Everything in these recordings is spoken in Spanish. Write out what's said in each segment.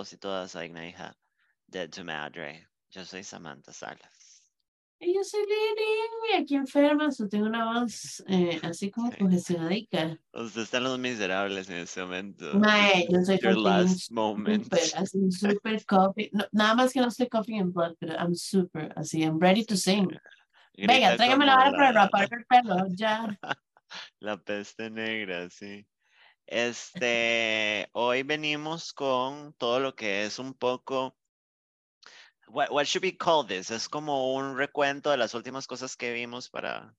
todos y todas a Ignaija Dead to Madre. Yo soy Samantha Salas. Y yo soy Lili, aquí enferma, so tengo una voz así como Sí. congestionadica. Usted está en Los Miserables en este momento. Mae, yo soy Your fucking last moment. super, así super coffee. No, nada más que no estoy coffee in blood, pero I'm super, así, I'm ready to sing. Venga, Grita tráigame la como vara para rapar el pelo, ya. la peste negra, sí. Hoy venimos con todo lo que es un poco. What should we call this? Es como un recuento de las últimas cosas que vimos para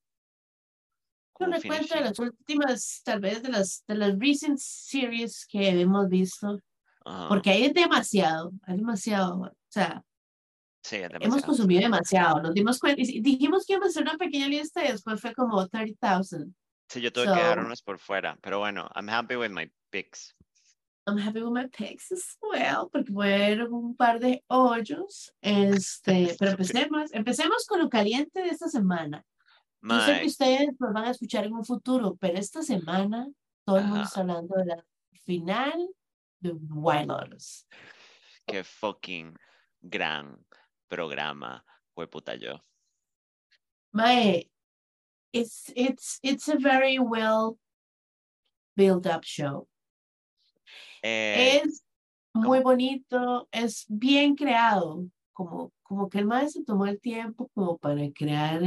Un como recuento de finishing. las últimas, tal vez de las recent series que hemos visto, Ajá. porque hay demasiado, o sea, Sí, es hemos demasiado. consumido demasiado, nos dimos cuenta, y dijimos que íbamos a hacer una pequeña lista y después fue como 30,000. Sí, yo tuve que dejar So, unos por fuera, pero bueno, I'm happy with my picks. I'm happy with my picks as well, porque fueron un par de hoyos. Pero Estúpido. empecemos con lo caliente de esta semana. Yo sé que Mike, ustedes nos van a escuchar en un futuro, pero esta semana todo el mundo ajá, está hablando de la final de White Lotus. qué fucking gran programa, puta yo. Mae, it's a very well built up show. Eh, Es muy ¿Cómo? bonito, es bien creado, como que el maestro tomó el tiempo como para crear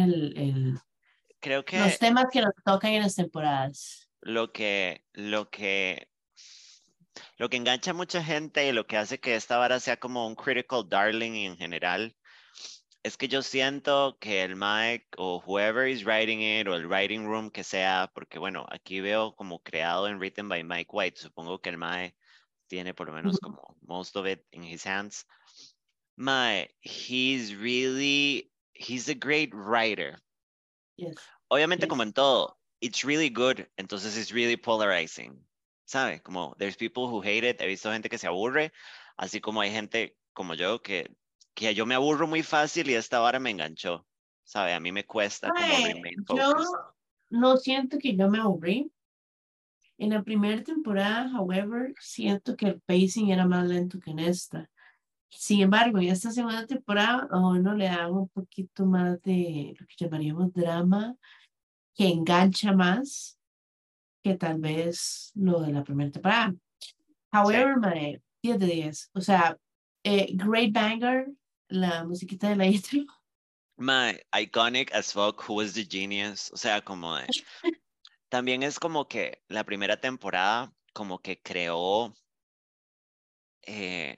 Creo los que temas que nos tocan en las temporadas. lo que, lo que, lo que engancha a mucha gente y lo que hace que esta vara sea como un critical darling en general, es que yo siento que el Mike o whoever is writing it o el writing room que sea, porque bueno, aquí veo como creado en Written by Mike White, supongo que el Mike tiene por lo menos Ujú. como most of it in his hands. Mae, he's a great writer. Yes, Obviamente como yes. en todo, it's really good, entonces it's really polarizing. ¿Sabe? Como there's people who hate it, he visto gente que se aburre, así como hay gente como yo que yo me aburro muy fácil y esta vara me enganchó. ¿Sabe? A mí me cuesta como Mae, remain yo focused. no siento que yo me aburrí. En la primera temporada, however, siento que el pacing era más lento que en esta. Sin embargo, en esta segunda temporada a uno le da un poquito más de lo que llamaríamos drama, que engancha más que tal vez lo de la primera temporada. Sí. However, mae, 10 de 10. O sea, Great Banger, la musiquita de la intro. My iconic as fuck, who was the genius? O sea, también es como que la primera temporada como que creó eh,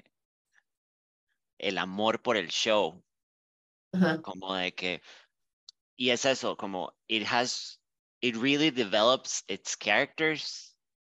el amor por el show, Ajá. como de que, y es eso, como it really develops its characters.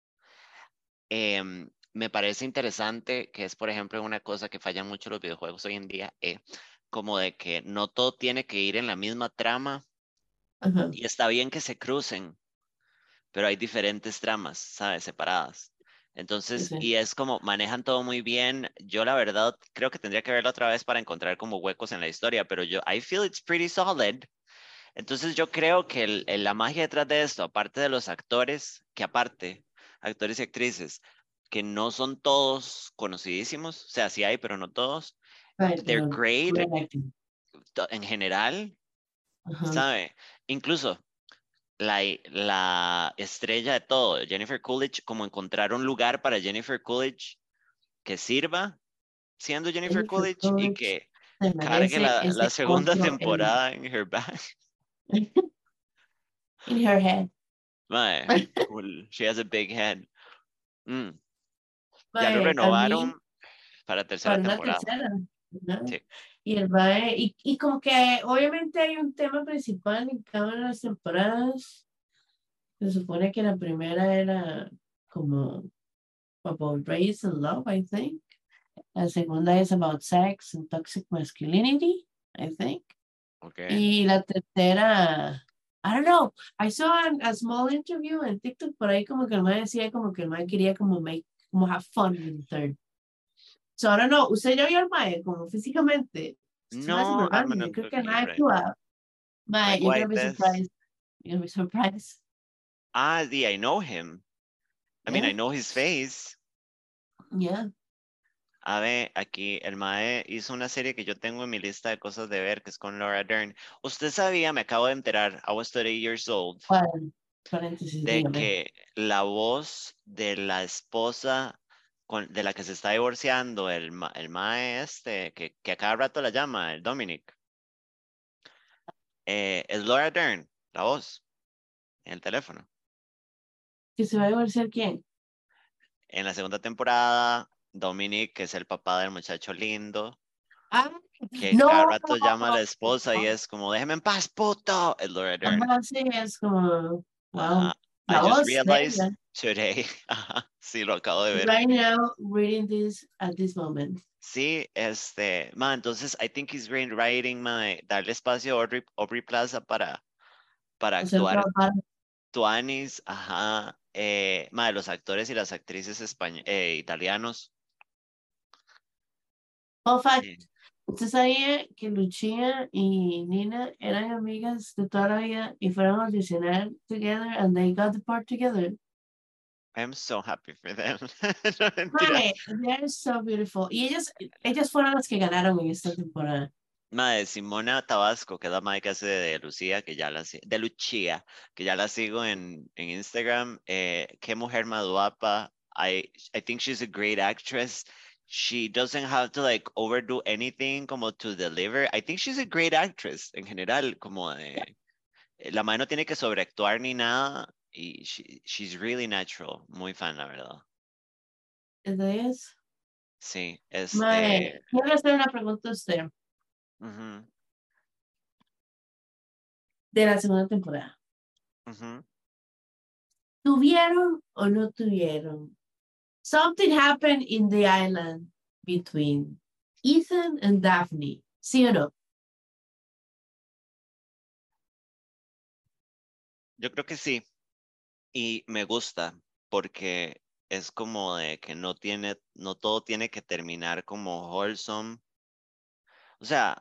Me parece interesante que es, por ejemplo, una cosa que fallan mucho los videojuegos hoy en día, como de que no todo tiene que ir en la misma trama Ajá. y está bien que se crucen, pero hay diferentes tramas, ¿sabes? Separadas. Sí, Entonces, sí. y es como manejan todo muy bien. Yo la verdad creo que tendría que verla otra vez para encontrar como huecos en la historia, pero I feel it's pretty solid. Entonces yo creo que la magia detrás de esto, aparte de los actores, que aparte, actores y actrices, que no son todos conocidísimos, o sea, sí hay, pero no todos, Ay, they're pero great great acting. en general, Ajá. ¿sabe? Incluso la estrella de todo, Jennifer Coolidge, como encontrar un lugar para Jennifer Coolidge que sirva siendo Jennifer Jennifer Coolidge y Coolidge que se cargue merece la ese segunda otro Emmy. temporada en her back. In her head. Mae, cool. She has a big head. Mm. Ya lo Mae, a mí, renovaron para tercera para una temporada. tercera, ¿verdad? Sí. Y el mae, y como que obviamente hay un tema principal en cada una de las temporadas. Se supone que la primera era como about race and love, I think. La segunda es about sex and toxic masculinity, I think. Ok. Y la tercera, I don't know, I saw a small interview en TikTok por ahí como que el mae decía como que el mae quería como have fun with the third. So I don't know, ¿usted ya vio al mae como físicamente? Es mae No, super I'm random, gonna yo creo que look el at it mae right now. actúa. Mae, Mike you're gonna White be es. surprised. You're gonna be surprised. I know him. I mean, Yeah, I know his face. yeah. A ver, aquí el Mae hizo una serie que yo tengo en mi lista de cosas de ver, que es con Laura Dern. Usted sabía, me acabo de enterar, I was 30 years old, ¿Cuál? Paréntesis, de dígame. que la voz de la esposa de la que se está divorciando, el Mae este, que a cada rato la llama, el Dominic, es Laura Dern, la voz, en el teléfono. ¿Que se va a divorciar quién? En la segunda temporada, Dominic, que es el papá del muchacho lindo, Ah, que cada no. rato llama a la esposa y es como, déjeme en paz, puto, es Laura Dern. Ajá, sí, es como, wow. Ajá. I La just voz de realized ella. today. Ajá, sí, lo acabo de ver. Right now, reading this at this moment. Sí, entonces, I think he's writing, darle espacio a Aubrey Plaza para O sea, actuar tuanis, ajá, los actores y las actrices italianos. fun fact, Sí. ¿usted sabía que Lucía y Nina eran amigas de toda la vida y fueron a audicionar together and they got the part together? I'm so happy for them. No, mentiras. Mae, they're so beautiful. Y ellas fueron las que ganaron en esta temporada. Simona Tabasco, que es la madre que hace de Lucía, de Lucía, que ya la sigo en Instagram. Qué mujer más guapa. I think she's a great actress. She doesn't have to like overdo anything como to deliver. I think she's a great actress en general, la madre no tiene que sobreactuar ni nada y she's really natural. Muy fan, la verdad. Entonces, Sí, mae, quiero hacer una pregunta a usted ujú, de la segunda temporada. ujú. ¿Tuvieron o no tuvieron? Something happened in the island between Ethan and Daphne. ¿Sí o no? Yo creo que sí. Y me gusta porque es como de que no todo tiene que terminar como wholesome. O sea,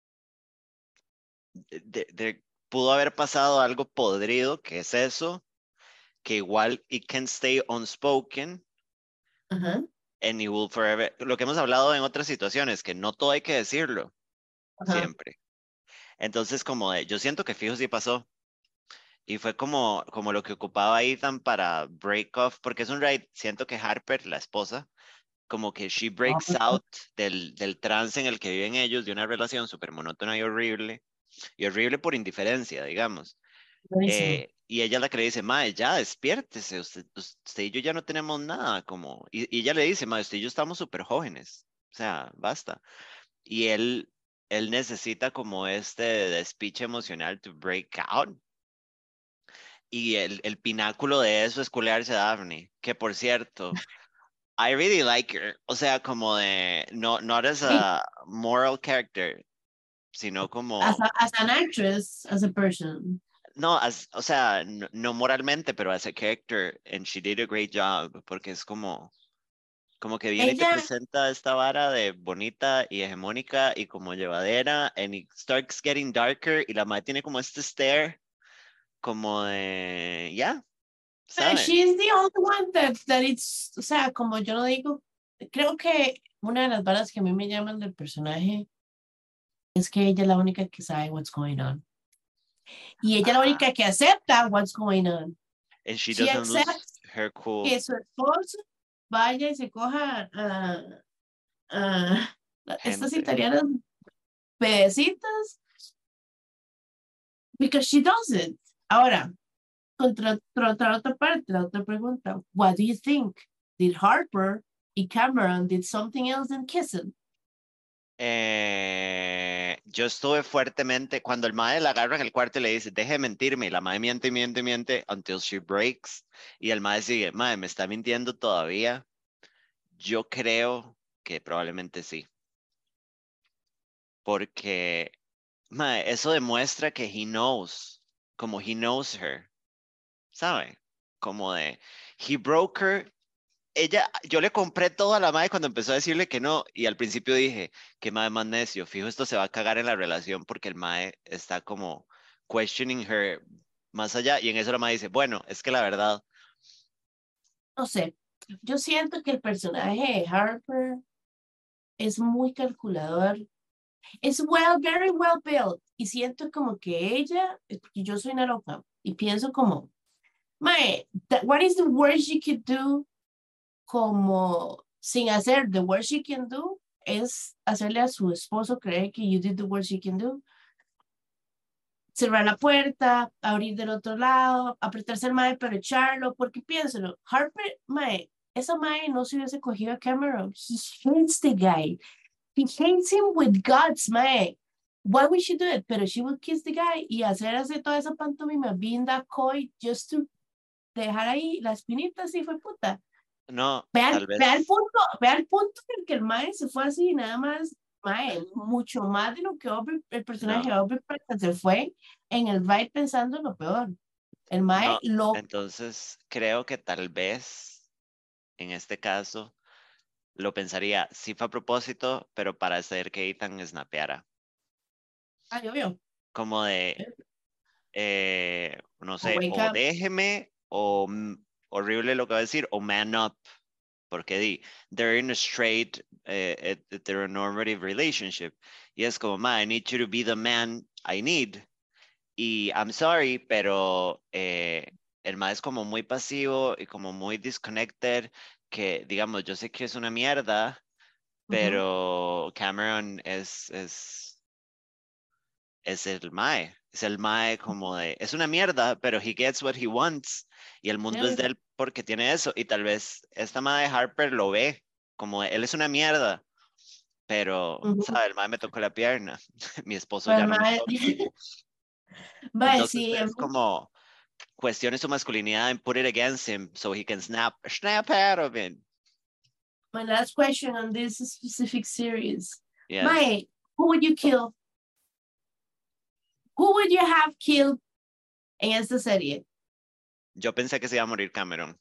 pudo haber pasado algo podrido, que es eso, que igual it can stay unspoken Ajá, and it will forever. Lo que hemos hablado en otras situaciones, que no todo hay que decirlo ajá. siempre. Entonces, yo siento que fijo sí pasó. Y fue como lo que ocupaba Ethan para break off, porque es un raid. Siento que Harper, la esposa, como que she breaks out del trance en el que viven ellos, de una relación súper monótona y horrible por indiferencia, digamos. Buenísimo. Y ella es la que le dice, Mae, ya despiértese, usted y yo ya no tenemos nada, y ella le dice, Mae, usted y yo estamos súper jóvenes, o sea, basta. Y él necesita como este despiche emocional to break out. Y el pináculo de eso es culearse a Daphne, que por cierto, I really like her. O sea, como de, no, not as Sí, a moral character, sino como, as an actress, as a person. no, o sea, no, no moralmente, pero as a character, and she did a great job, porque es como que viene y te Ella, presenta esta vara de bonita y hegemónica y como llevadera, and it starts getting darker, y la madre tiene como este stare, como de, ya, ¿sabe? she's the only one that it's, o sea, como yo lo digo, creo que una de las balas que a mí me llaman del personaje es que ella es la única que sabe what's going on. Y ella es la Ajá. única que acepta what's going on. And she She doesn't lose accepts her cool. que su esposo vaya y se coja a estas Gente. italianas pedecitas because she doesn't. Ahora, contra otra parte, la otra pregunta. What do you think? Did Harper y Cameron did something else than kissing? Yo estuve fuertemente, cuando el mae la agarra en el cuarto y le dice, deje de mentirme, y la mae miente y miente y miente until she breaks, y el mae sigue, mae, me está mintiendo todavía. Yo creo que probablemente sí, porque mae, eso demuestra que he knows, como he knows her, ¿sabe? Como de, he broke her. Yo le compré todo a la madre cuando empezó a decirle que no, y al principio dije, qué madre más necio, fijo, esto se va a cagar en la relación porque el mae está como questioning her más allá, y en eso la madre dice, bueno, es que la verdad, No sé. Yo siento que el personaje de Harper es muy calculador. Es very well built. Y siento como que ella, porque yo soy una loca, y pienso como, mae, what is the worst you could do? Como sin hacer the worst you can do, es hacerle a su esposo creer que you did the worst you can do. Cerrar la puerta, abrir del otro lado, apretarse el mae, pero echarlo, porque piénselo, Harper, mae, esa mae no se hubiese cogido a Cameron. He hates the guy. He hates him with guts, mae. Why would she do it? Pero she would kiss the guy y hacer toda esa pantomima, being that coy, just to dejar ahí la espinita así, fue puta. No, Vean, tal vez, vea el punto en el que el mae se fue así, nada más, mae, mucho más de lo que el personaje no, de Aubrey Plaza se fue en el ride pensando en lo peor. El mae no. lo... Entonces, creo que tal vez, en este caso, lo pensaría, sí fue a propósito, pero para hacer que Ethan snapeara. Ah, yo veo. Como de, no O sé, wake o up. déjeme, o horrible lo que va a decir, o man up, porque they're in a straight, heteronormative relationship. Y es como, I need you to be the man I need. Y I'm sorry, pero el ma es como muy pasivo y como muy disconnected, que digamos, yo sé que es una mierda, Ujú. pero Cameron es el mae como de, es una mierda, pero he gets what he wants y el mundo es Yeah. de él porque tiene eso y tal vez esta mae de Harper lo ve como él es una mierda, pero, Ujú. ¿sabe? El mae me tocó la pierna, mi esposo Pero ya el no me mae, toca. mae, Entonces sí, es como cuestione su masculinidad and put it against him so he can snap out of it. my last question on this specific series. Yes. Mae, who would you kill? Who would you have killed en esta serie? Yo pensé que se iba a morir Cameron.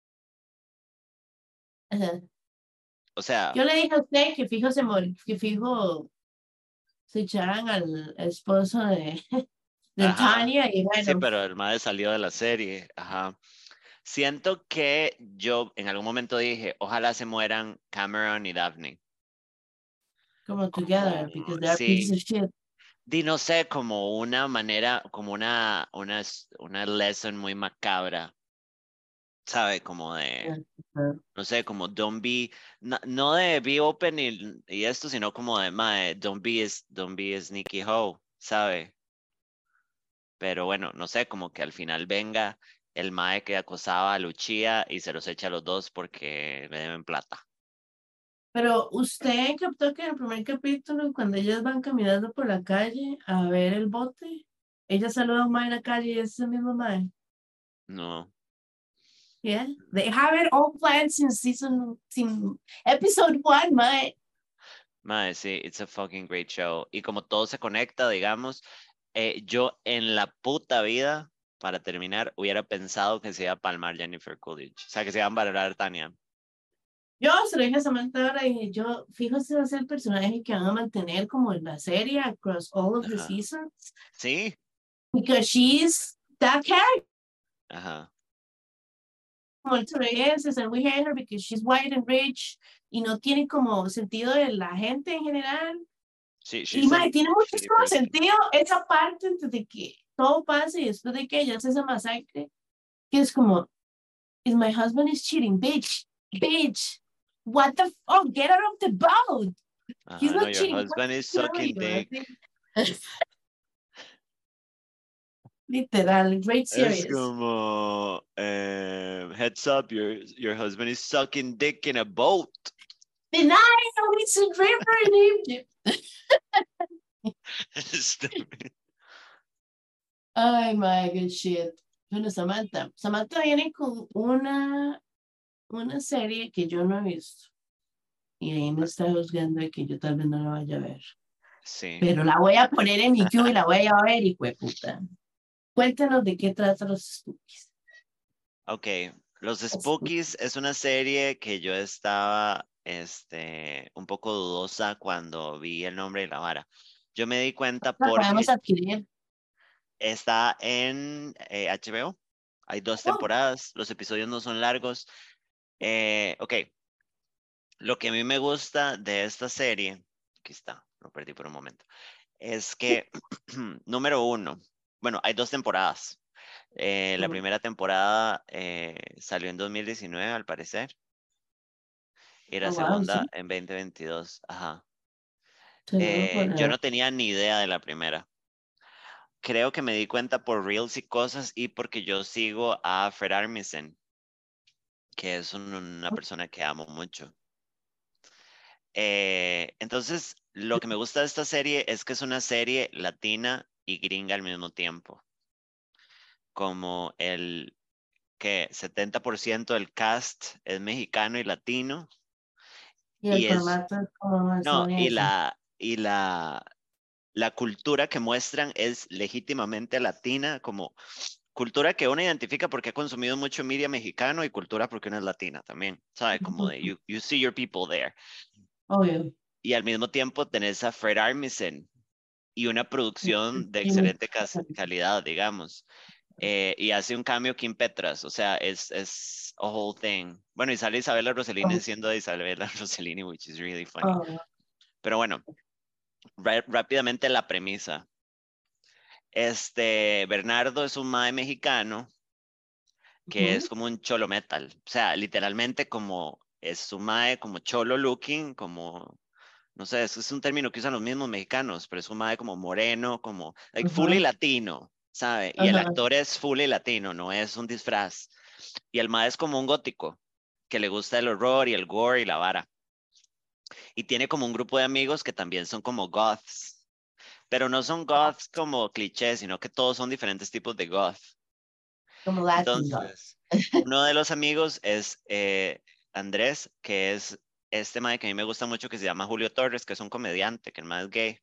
Ajá. O sea, Yo le dije a usted que fijo que fijo se echaran al esposo de ajá. Tania y Sí, bueno, pero el madre salió de la serie. Ajá. Siento que yo en algún momento dije, ojalá se mueran Cameron y Daphne. como Como, together because they're pieces sí, of shit. di no sé, como una manera, como una lesson muy macabra, ¿sabe? Como de, Ajá. no sé, como don't be, no de be open y esto, sino como de, mae, don't be a sneaky hoe, ¿sabe? Pero bueno, no sé, como que al final venga el mae que acosaba a Lucia y se los echa a los dos porque le deben plata. Pero usted captó que en el primer capítulo, cuando ellas van caminando por la calle a ver el bote, ella saluda a un mae en la calle y es ese mismo mae. No, Yeah, they have it all planned since episode one, mae. mae, sí, it's a fucking great show. Y como todo se conecta, digamos, yo en la puta vida, para terminar, hubiera pensado que se iba a palmar Jennifer Coolidge. O sea, que se iba a valorar Tania. Yo se lo dije a Samantha ahora y dije, yo, fijo, ese va a ser el personaje que van a mantener como en la serie across all of the Ajá. seasons Sí, because she's that character. ajá. Como el estadounidenses and we hate her because she's white and rich y no tiene como sentido de la gente en general. Sí, Y she's a mae, tiene shitty muchísimo person. sentido esa parte antes de que todo pase y después de que ella hace esa masacre, que es como, is my husband is cheating, bitch, bitch, what the fuck, get out of the boat. He's Ajá, no, not your cheating, what's husband is wrong with sucking you? dick. Así. Literal, great Es series. como, heads up, your husband is sucking dick in a boat. Denying it's a river in Egypt. Stupid. Ay, my good shit. Bueno, Samantha. Samantha viene con una serie que yo no he visto. Y ahí me está juzgando de que yo tal vez no la vaya a ver. Sí. Pero la voy a poner en mi queue y la voy a ver, y puta. Cuéntanos de qué trata los Spookies. Ok, Los Spookies es una serie que yo estaba, un poco dudosa cuando vi el nombre de la vara. Yo me di cuenta La podemos porque adquirir. está en HBO. Hay dos Oh, temporadas, los episodios no son largos. Ok, Lo que a mí me gusta de esta serie, aquí está, lo perdí por un momento, es que, número uno, bueno, hay 2 temporadas. La Mm. primera temporada salió en 2019, al parecer, y la Oh, wow, segunda sí. en 2022. Ajá. Seguro por Yo no tenía ni idea de la primera. Creo que me di cuenta por Reels y cosas y porque yo sigo a Fred Armisen, que es una persona que amo mucho. Entonces, lo que me gusta de esta serie es que es una serie latina y gringa al mismo tiempo. Como el que 70% del cast es mexicano y latino. y el Y es, formato es como no, estadounidense. la cultura que muestran es legítimamente latina, como cultura que uno identifica porque ha consumido mucho media mexicano y cultura porque uno es latina también, ¿sabe? Como de you see your people there. Obvio. Y al mismo tiempo tenés a Fred Armisen y una producción de Sí, excelente calidad, digamos. Y hace un cambio Kim Petras, o sea, es a whole thing. Bueno, y sale Isabela Rossellini oh, siendo Isabela Rossellini, which is really funny. oh, Pero bueno, rápidamente la premisa. Bernardo es un mae mexicano que es ujú, como un cholo metal, o sea, literalmente como es un mae como cholo looking, como, no sé, es un término que usan los mismos mexicanos, pero es un mae como moreno, como, like, fully ajá, latino, ¿sabe? Y el ajá, actor es fully latino, no es un disfraz. Y el mae es como un gótico, que le gusta el horror y el gore y la vara. Y tiene como un grupo de amigos que también son como goths, pero no son goths como clichés, sino que todos son diferentes tipos de goth. como Latin God. Entonces, uno de los amigos es Andrés, que es este mae que a mí me gusta mucho, que se llama Julio Torres, que es un comediante, que el mae es gay,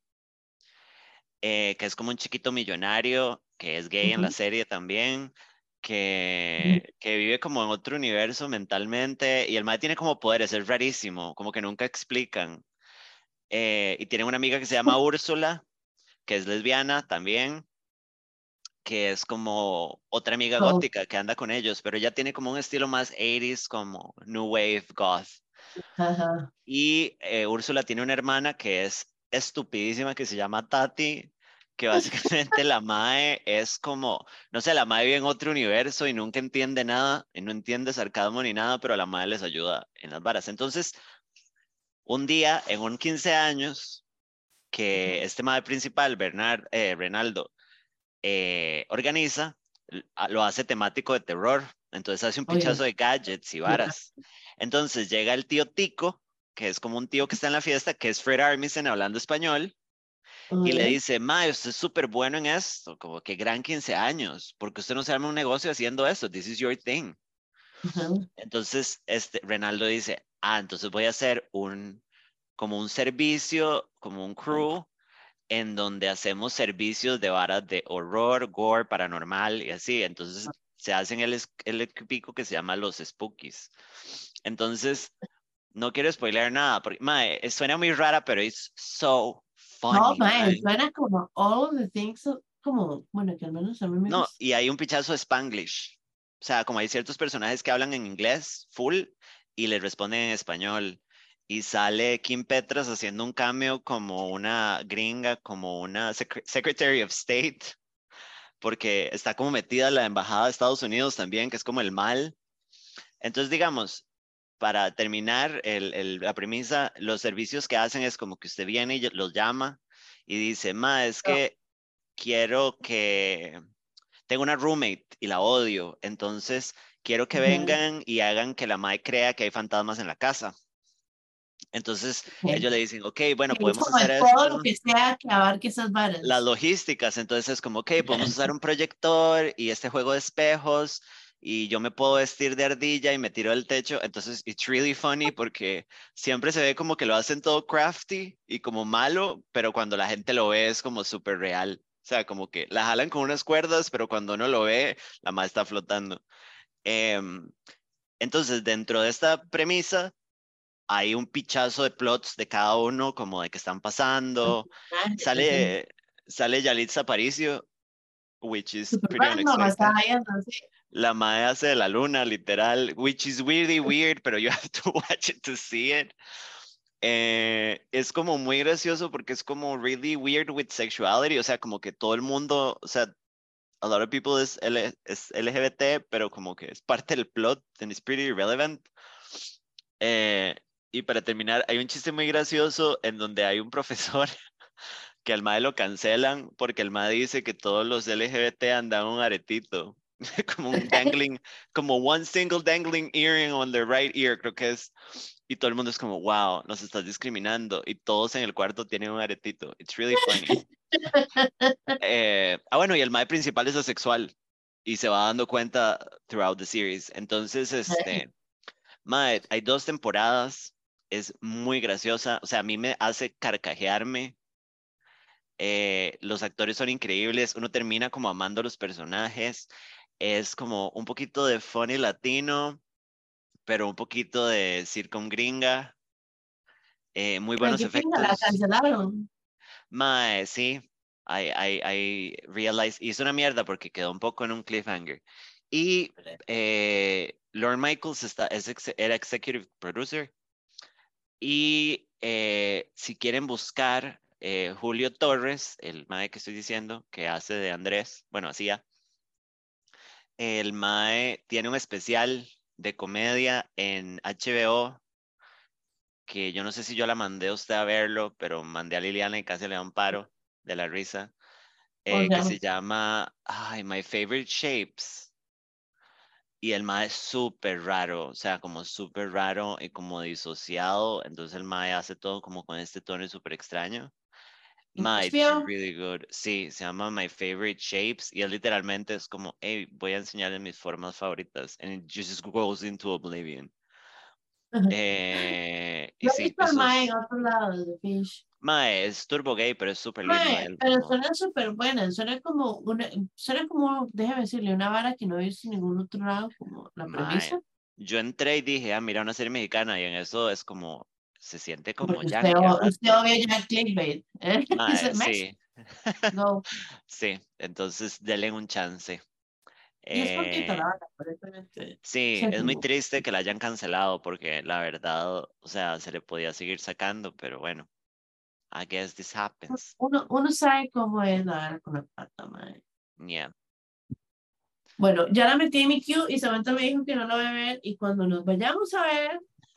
que es como un chiquito millonario, que es gay en la Ujú, serie también, ujú, que vive como en otro universo mentalmente, y el mae tiene como poderes, es rarísimo, como que nunca explican. Y tiene una amiga que se llama Úrsula, que es lesbiana también, que es como otra amiga oh, gótica que anda con ellos, pero ella tiene como un estilo más 80s, como New Wave Goth. ajá, Y Úrsula tiene una hermana que es estupidísima, que se llama Tati, que básicamente la Mae es como, no sé, la Mae vive en otro universo y nunca entiende nada, y no entiende sarcasmo ni nada, pero la Mae les ayuda en las varas. Entonces, un día, en un 15 años, que este Mae principal, Renaldo, organiza, lo hace temático de terror, entonces hace un obvio. pichazo de gadgets y varas. Entonces llega el tío Tico, que es como un tío que está en la fiesta, que es Fred Armisen hablando español, y le Ujú, dice, Mae, usted es súper bueno en esto, como que gran 15 años, porque usted no se arma un negocio haciendo esto, this is your thing. ujú, Entonces, Renaldo dice, entonces voy a hacer como un servicio, como un crew en donde hacemos servicios de varas de horror, gore, paranormal y así. Entonces se hacen el equipico que se llama los Spookies. Entonces, no quiero spoiler nada, porque mae, suena muy rara, pero es so no, funny, mae, mae. suena como all of the things, como, bueno, que al menos a mí me No, gusta. y hay un pichazo de Spanglish. O sea, como hay ciertos personajes que hablan en inglés full y le responden en español. Y sale Kim Petras haciendo un cameo como una gringa, como una Secretary of State, porque está como metida la embajada de Estados Unidos también, que es como el mal. Entonces, digamos, para terminar la premisa, los servicios que hacen es como que usted viene y los llama y dice, ma, es No, que quiero que tengo una roommate y la odio, entonces quiero que ujú, vengan y hagan que la mae crea que hay fantasmas en la casa. Entonces ok. ellos le dicen, ok, bueno, Es podemos como hacer de todo lo esto. que sea que abarque esas Las varas. logísticas, entonces es como, ok, podemos usar un proyector y este juego de espejos y yo me puedo vestir de ardilla y me tiro del techo, entonces it's really funny porque siempre se ve como que lo hacen todo crafty y como malo, pero cuando la gente lo ve es como súper real, o sea, como que la jalan con unas cuerdas, pero cuando uno lo ve, la madre está flotando. Em, entonces, dentro de esta premisa, hay un pichazo de plots de cada uno, como de qué están pasando. Personajes, así. Sale, sale Yalitza Aparicio, which is Súper pretty random, unexpected. estaba yendo así. La mae hace de la luna, literal, which is really weird, pero you have to watch it to see it. Es como muy gracioso porque es como really weird with sexuality, o sea, como que todo el mundo, o sea, a lot of people es LGBT, pero como que es parte del plot and it's pretty relevant. Y para terminar, hay un chiste muy gracioso en donde hay un profesor que al mae lo cancelan porque el mae dice que todos los LGBT andan un aretito, como un dangling, como one single dangling earring on their right ear, creo que es. Y todo el mundo es como, wow, nos estás discriminando. Y todos en el cuarto tienen un aretito. It's really funny. Bueno, y el mae principal es asexual y se va dando cuenta throughout the series. Entonces, mae, hay 2 temporadas, es muy graciosa, o sea, a mí me hace carcajearme. Los actores son increíbles, uno termina como amando a los personajes, es como un poquito de funny latino, pero un poquito de sitcom gringa, muy Ay, buenos qué pinta, la efectos. cancelaron. Mae, sí, I realized, y es una mierda porque quedó un poco en un cliffhanger. Y Lorne Michaels era executive producer. Y si quieren buscar Julio Torres, el mae que estoy diciendo, que hace de Andrés, bueno, hacía, el mae tiene un especial de comedia en HBO, que yo no sé si yo la mandé a usted a verlo, pero mandé a Liliana y casi le da un paro de la risa, O que sea, se llama, ay, My Favorite Shapes. Y el mae es súper raro, o sea, como súper raro y como disociado. Entonces el mae hace todo como con este tono súper extraño. en Ma, it's HBO. really good. Sí, se llama My Favorite Shapes y es literalmente es como, hey, voy a enseñarles mis formas favoritas. And it just goes into oblivion. Y Yo he sí, visto al eso mae en es. otro lado de Fish. Ma, es turbo gay, pero es súper lindo Mae, él. pero Como, suena súper buena, suena como, déjame decirle, una vara que no he visto en ningún otro lado, como la ma, premisa, yo entré y dije, mira, una serie mexicana y en eso es como, se siente como porque usted, yankee a usted ratos. obvio ya clickbait, ¿eh? Ma, Dice México, sí. go. Sí, entonces denle un chance. Y es cortita la Eh, vara, aparentemente. Sí, es muy Séptimo. triste que la hayan cancelado porque la verdad, o sea, se le podía seguir sacando, pero bueno, I guess this happens. Uno sabe cómo es la vara con la pata, mae. Yeah. Bueno, ya la metí en mi queue y Samantha me dijo que no lo voy a ver y cuando nos vayamos a ver,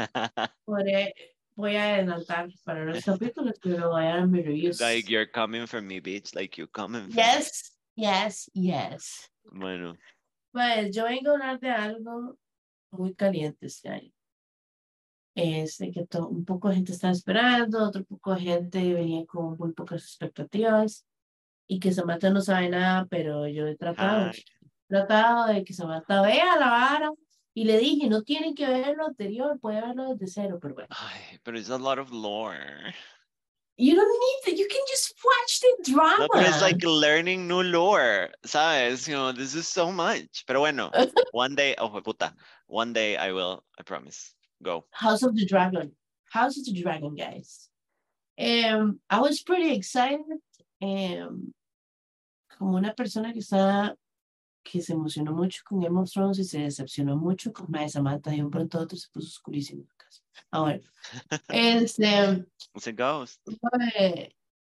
voy a adelantar para los capítulos, pero vayan a mis Like reviews. you're coming for me, bitch, like you're coming for me. Yes, yes, yes. Bueno, Pues yo vengo a hablar de algo muy caliente este año. Es de que un poco de gente está esperando, otro poco de gente venía con muy pocas expectativas y que Samantha no sabe nada, pero yo hi. he tratado de que Samantha vea la vara y le dije, no tienen que ver lo anterior, puede verlo desde cero, pero bueno. Ay, but it's a lot of lore. You don't need that, you can just watch the No, pero it's drama. like learning new lore, ¿sabes? You know, this is so much. Pero bueno, one day, oh, puta, one day I will, I promise. Go. House of the Dragon. House of the Dragon, guys. I was pretty excited. Um, como una persona que se emocionó mucho con Game of Thrones y se decepcionó mucho con la de Samantha, de un pronto a otro se puso oscurísimo en casa. Ahora, este, It's a ghost. eh,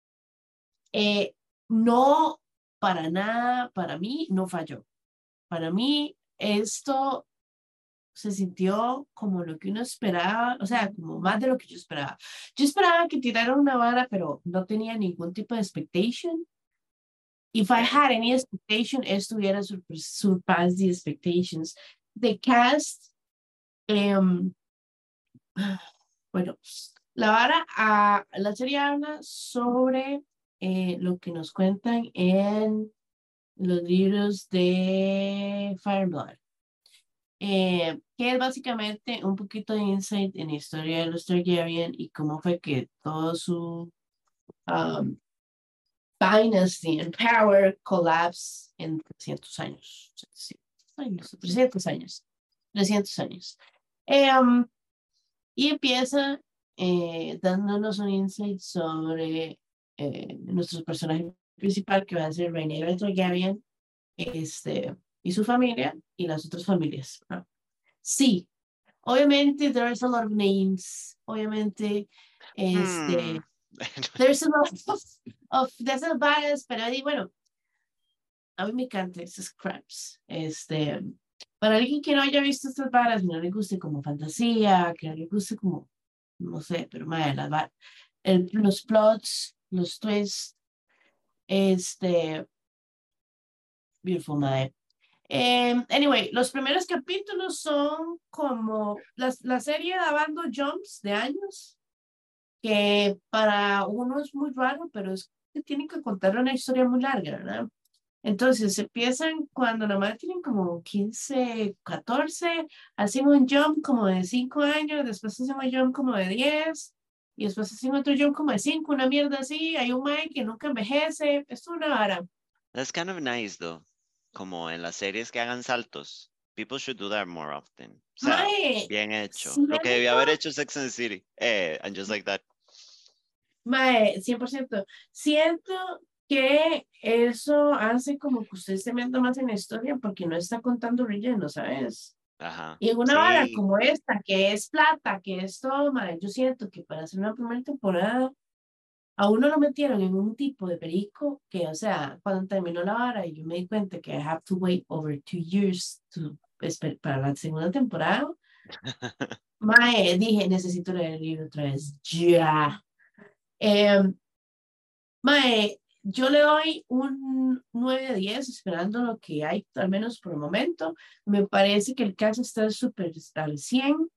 no, para nada, para mí no falló. Para mí esto se sintió como lo que uno esperaba, o sea, como más de lo que yo esperaba. Yo esperaba que tiraran una vara, pero no tenía ningún tipo de expectation. If I Okay. had any expectation, esto hubiera surpassed the expectations. The cast, um, bueno, la serie habla sobre lo que nos cuentan en los libros de Fire and Blood, que es básicamente un poquito de insight en la historia de los Targaryen y cómo fue que todo su um, dynasty and power collapse en 300 años. 300 años. 300 años. Y empieza dándonos un insight sobre nuestro personaje principal, que va a ser Rhaenyra Targaryen, este, y su familia y las otras familias, ¿no? Sí, obviamente there's a lot of names, obviamente Hmm. there's a lot de esas varas, pero ahí, bueno, a mí me encantan esos crabs. Para alguien que no haya visto estas varas, no le guste como fantasía, que no le guste como, no sé, pero madre, los plots, los twists, este, beautiful madre. Anyway, los primeros capítulos son como la serie dando jumps de años, que para uno es muy raro, pero es que tienen que contar una historia muy larga, ¿verdad? Entonces empiezan cuando la madre tienen como 15, 14, hacen un jump como de 5 años, después hacen un jump como de 10, y después hacen otro jump como de 5, una mierda así. Hay un mae que nunca envejece, es una vara. That's kind of nice, though. Como en las series que hagan saltos. People should do that more often. O sea, Mae, bien hecho. Lo que debió siento, haber hecho Sex and the City. And just like that. mae, 100%, siento que eso hace como que usted se meta más en la historia porque no está contando relleno, ¿sabes? Ajá. Y en una vara Sí. como esta, que es plata, que es todo, madre, yo siento que para hacer una primera temporada, a uno lo metieron en un tipo de perico que, o sea, cuando terminó la vara y yo me di cuenta que I have to wait over 2 years para la segunda temporada, mae, dije, necesito leer el libro otra vez, ya. Eh, mae, yo le doy un 9 de 10 esperando lo que hay, al menos por el momento. Me parece que el caso está súper al 100.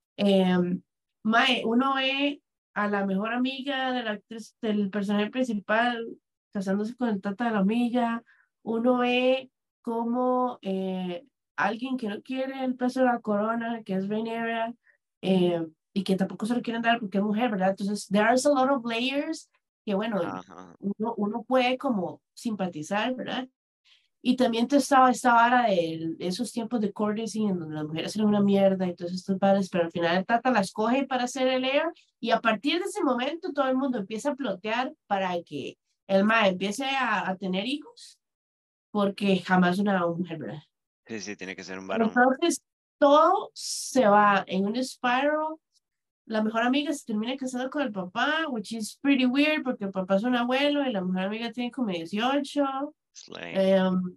Mae, uno ve a la mejor amiga de la actriz, del personaje principal casándose con el tata de la amiga. Uno ve como alguien que no quiere el peso de la corona, que es Rhaenyra, y que tampoco se lo quieren dar porque es mujer, ¿verdad? Entonces, there's a lot of layers que, bueno, Ajá. uno puede como simpatizar, ¿verdad? Y también te estaba esta vara de esos tiempos de courtesy en donde las mujeres eran una mierda y todos estos padres, pero al final el Tata la escoge para hacer el heir y a partir de ese momento todo el mundo empieza a plotear para que el ma empiece a tener hijos porque jamás una mujer, ¿verdad? Sí, sí, tiene que ser un varón. Entonces todo se va en un spiral. La mejor amiga se termina casando con el papá, which is pretty weird porque el papá es un abuelo y la mejor amiga tiene como 18. Slay. Um,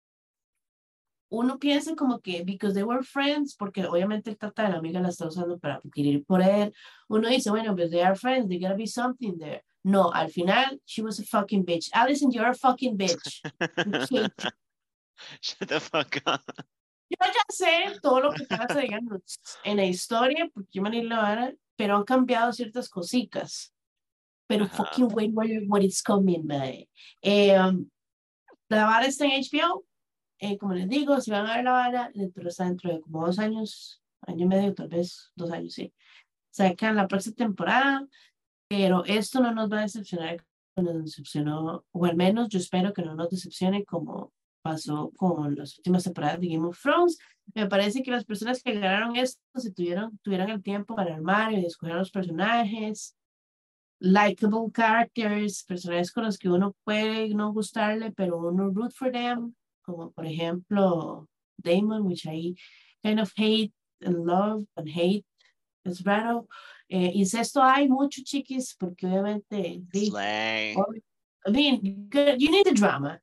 Uno piensa como que because they were friends, porque obviamente el tata de la amiga la está usando para adquirir poder, uno dice, bueno, pues they are friends, they gotta be something there. No, al final, she was a fucking bitch. Allison, you're a fucking bitch. We hate you. Shut the fuck up. Yo ya sé todo lo que pasa, digamos, en la historia, porque yo me leí la vara, pero han cambiado ciertas cositas. Pero Ajá. fucking wait what it's coming, man. Um, la vara está en HBO. Como les digo, si van a ver la vara, dentro de como 2 años, año y medio, tal vez 2 años, sí, sacan la próxima temporada, pero esto no nos va a decepcionar como nos decepcionó, o al menos yo espero que no nos decepcione como pasó con las últimas temporadas de Game of Thrones. Me parece que las personas que ganaron esto tuvieron el tiempo para armar y escoger los personajes, likable characters, personajes con los que uno puede no gustarle, pero uno root for them, como por ejemplo Damon, which I kind of hate and love and hate, es raro. Incesto hay mucho, chiquis, porque obviamente, Slay. I mean, you need the drama.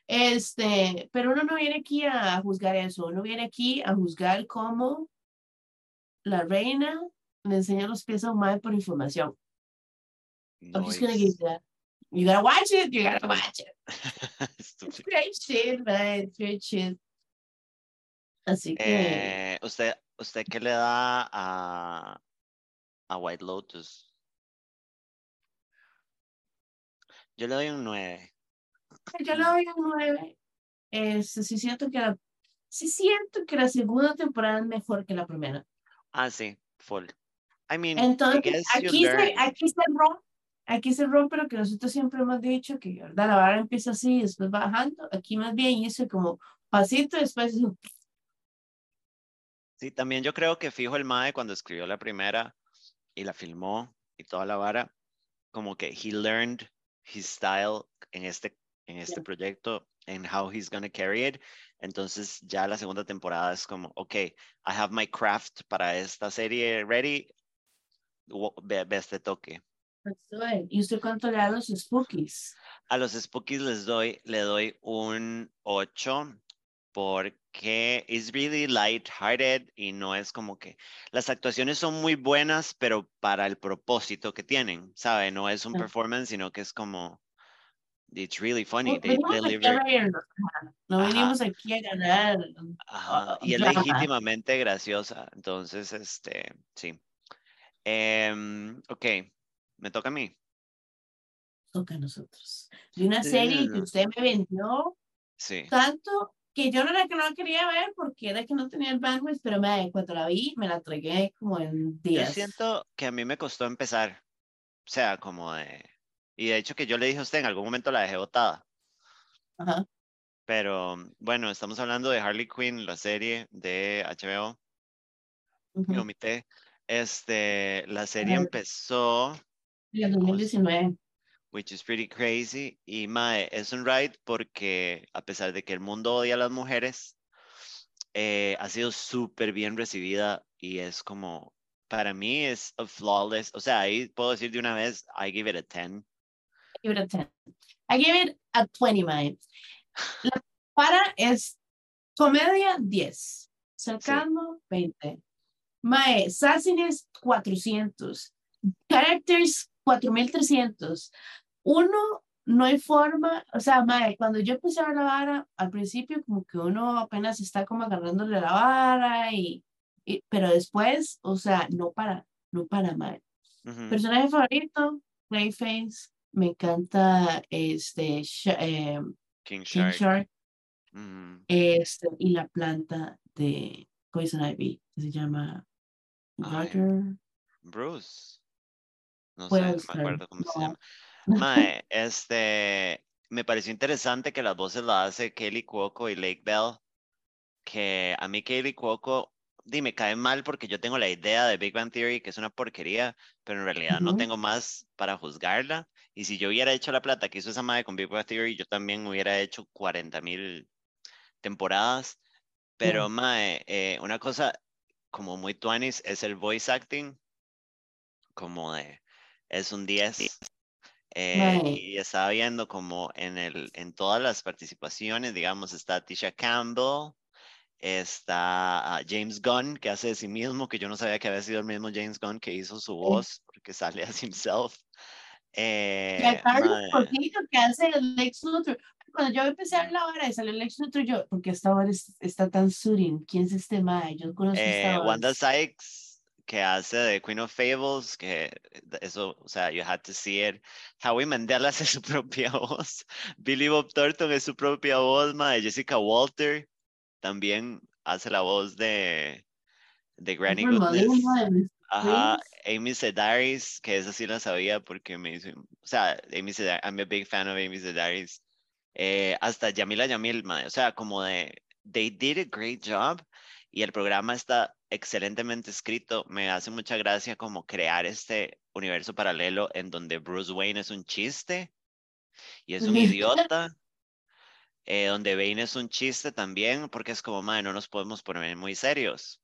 Pero uno no viene aquí a juzgar eso, uno viene aquí a juzgar cómo la reina le enseña los pies a un madre por información. I'm just gonna give Noise. you that. You gotta watch it. You gotta watch it. It's Estúpido. great shit, man. It's great shit. Así que ¿Usted qué le da a White Lotus? Yo le doy un 9. yo le doy un 9. Sí siento que la segunda temporada es mejor que la primera. Ah, sí, full. I mean, I Entonces, guess you learn. aquí se rompe lo que nosotros siempre hemos dicho, que ¿verdad? La vara empieza así, después va bajando. Aquí más bien hizo como pasito, después Sí, también yo creo que fijo el Mae cuando escribió la primera y la filmó y toda la vara, como que he learned his style en este proyecto and how he's gonna carry it. Entonces ya la segunda temporada es como, ok, I have my craft para esta serie ready, ve este toque. ¿Y usted cuánto le da a los Spookies? A los Spookies le doy un 8 porque es really lighthearted y no es como que las actuaciones son muy buenas, pero para el propósito que tienen, ¿sabe? No es un No, performance, sino que es como, it's really funny. no They venimos aquí a deliver, reírnos, no ajá, venimos aquí a ganar ajá, y es drama. legítimamente graciosa. Entonces, sí. Ok, me toca a mí. Toca a nosotros. De una serie que Uh, usted me vendió sí. tanto que yo no era que no la quería ver porque era que no tenía el bandwidth, pero cuando la vi me la tragué como en Yo días. siento que a mí me costó empezar. O sea, y de hecho que yo le dije a usted, en algún momento la dejé botada. Ajá. Pero bueno, estamos hablando de Harley Quinn, la serie de HBO. Me Ujú. omité. La serie empezó, En el vamos, 2019. which is pretty crazy. Y mae, es un ride porque a pesar de que el mundo odia a las mujeres, ha sido súper bien recibida y es como, para mí es a flawless. O sea, ahí puedo decir de una vez, I give it a 10. I give it a 10. I give it a 20, mae. La para es comedia 10. Sí. Sarcasmo 20. Mae, Sassiness 400. Characters 4300. Uno, no hay forma, o sea, mae, cuando yo empecé a ver la vara, al principio como que uno apenas está como agarrándole la vara pero después, o sea, no para, mae. Ujú. Personaje favorito, Clayface, me encanta King King Shark. Shark, Ujú. y la planta de Poison Ivy, que se llama Ay, Roger Bruce. No sé, no me Wells. acuerdo cómo se No. llama. Mae, me pareció interesante que las voces las hace Kelly Cuoco y Lake Bell, que a mí Kelly Cuoco, me cae mal porque yo tengo la idea de Big Bang Theory, que es una porquería, pero en realidad no Ujú. tengo más para juzgarla. Y si yo hubiera hecho la plata que hizo esa madre con Big Bang Theory, yo también hubiera hecho 40,000 temporadas. Pero, Yeah. mae, una cosa como muy tuanis es el voice acting, como es un 10. Mae, Y estaba viendo como en todas las participaciones, digamos, está Tisha Campbell, está James Gunn, que hace de sí mismo, que yo no sabía que había sido el mismo James Gunn que hizo su voz, porque sale as himself. y a Carlos Mae, Portillo que hace el Lex Luthor. Cuando yo empecé a ver la hora y salió el Lex Luthor, yo, porque esta hora está tan surin, ¿quién es este mae? Yo conozco esta Wanda voz. Sykes, que hace de Queen of Fables, que eso, o sea, you had to see it. Howie Mandel hace su propia voz. Billy Bob Thornton es su propia voz, mae. Jessica Walter también hace la voz de Granny Alfred Molina Goodness. de Mr. Ajá, Freeze. Amy Sedaris, que esa sí la sabía porque me hizo, o sea, Amy Sedaris, I'm a big fan of Amy Sedaris. Hasta Yamila Yamil, mae, o sea, como they did a great job y el programa está excelentemente escrito. Me hace mucha gracia como crear este universo paralelo en donde Bruce Wayne es un chiste y es un idiota, donde Bane es un chiste también, porque es como, mae, no nos podemos poner muy serios.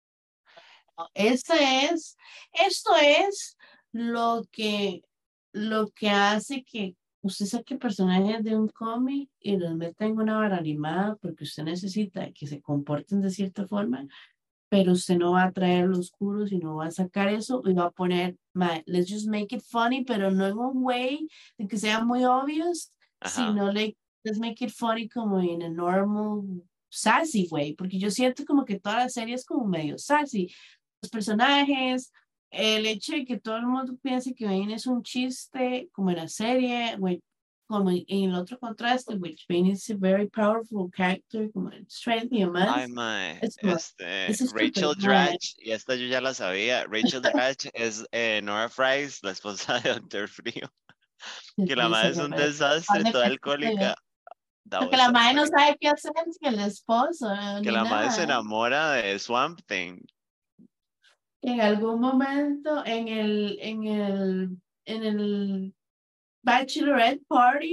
Esto es lo que, lo que hace que usted saque personajes de un cómic y los meta en una vara animada porque usted necesita que se comporten de cierta forma, pero usted no va a traer los oscuros y no va a sacar eso y va a poner, let's just make it funny, pero no en un way de que sea muy obvious, Ajá. sino let's make it funny como en a normal, sassy way, porque yo siento como que toda la serie es como medio sassy. Los personajes, el hecho de que todo el mundo piense que Bane es un chiste, como en la serie, como en el otro contraste, which Bane is a very powerful character, como en Strength y Ay, demás. mae, Es como, es estúpido, Rachel Dratch, y esta yo ya la sabía. Rachel Dratch es Nora Fries, la esposa de Doctor Frío. Que la madre es un desastre, toda alcohólica. That Porque was la so madre no funny. sabe qué hacer sin el esposo, Que ni la madre se nada. enamora de Swamp Thing. En algún momento, en el Bachelorette Party,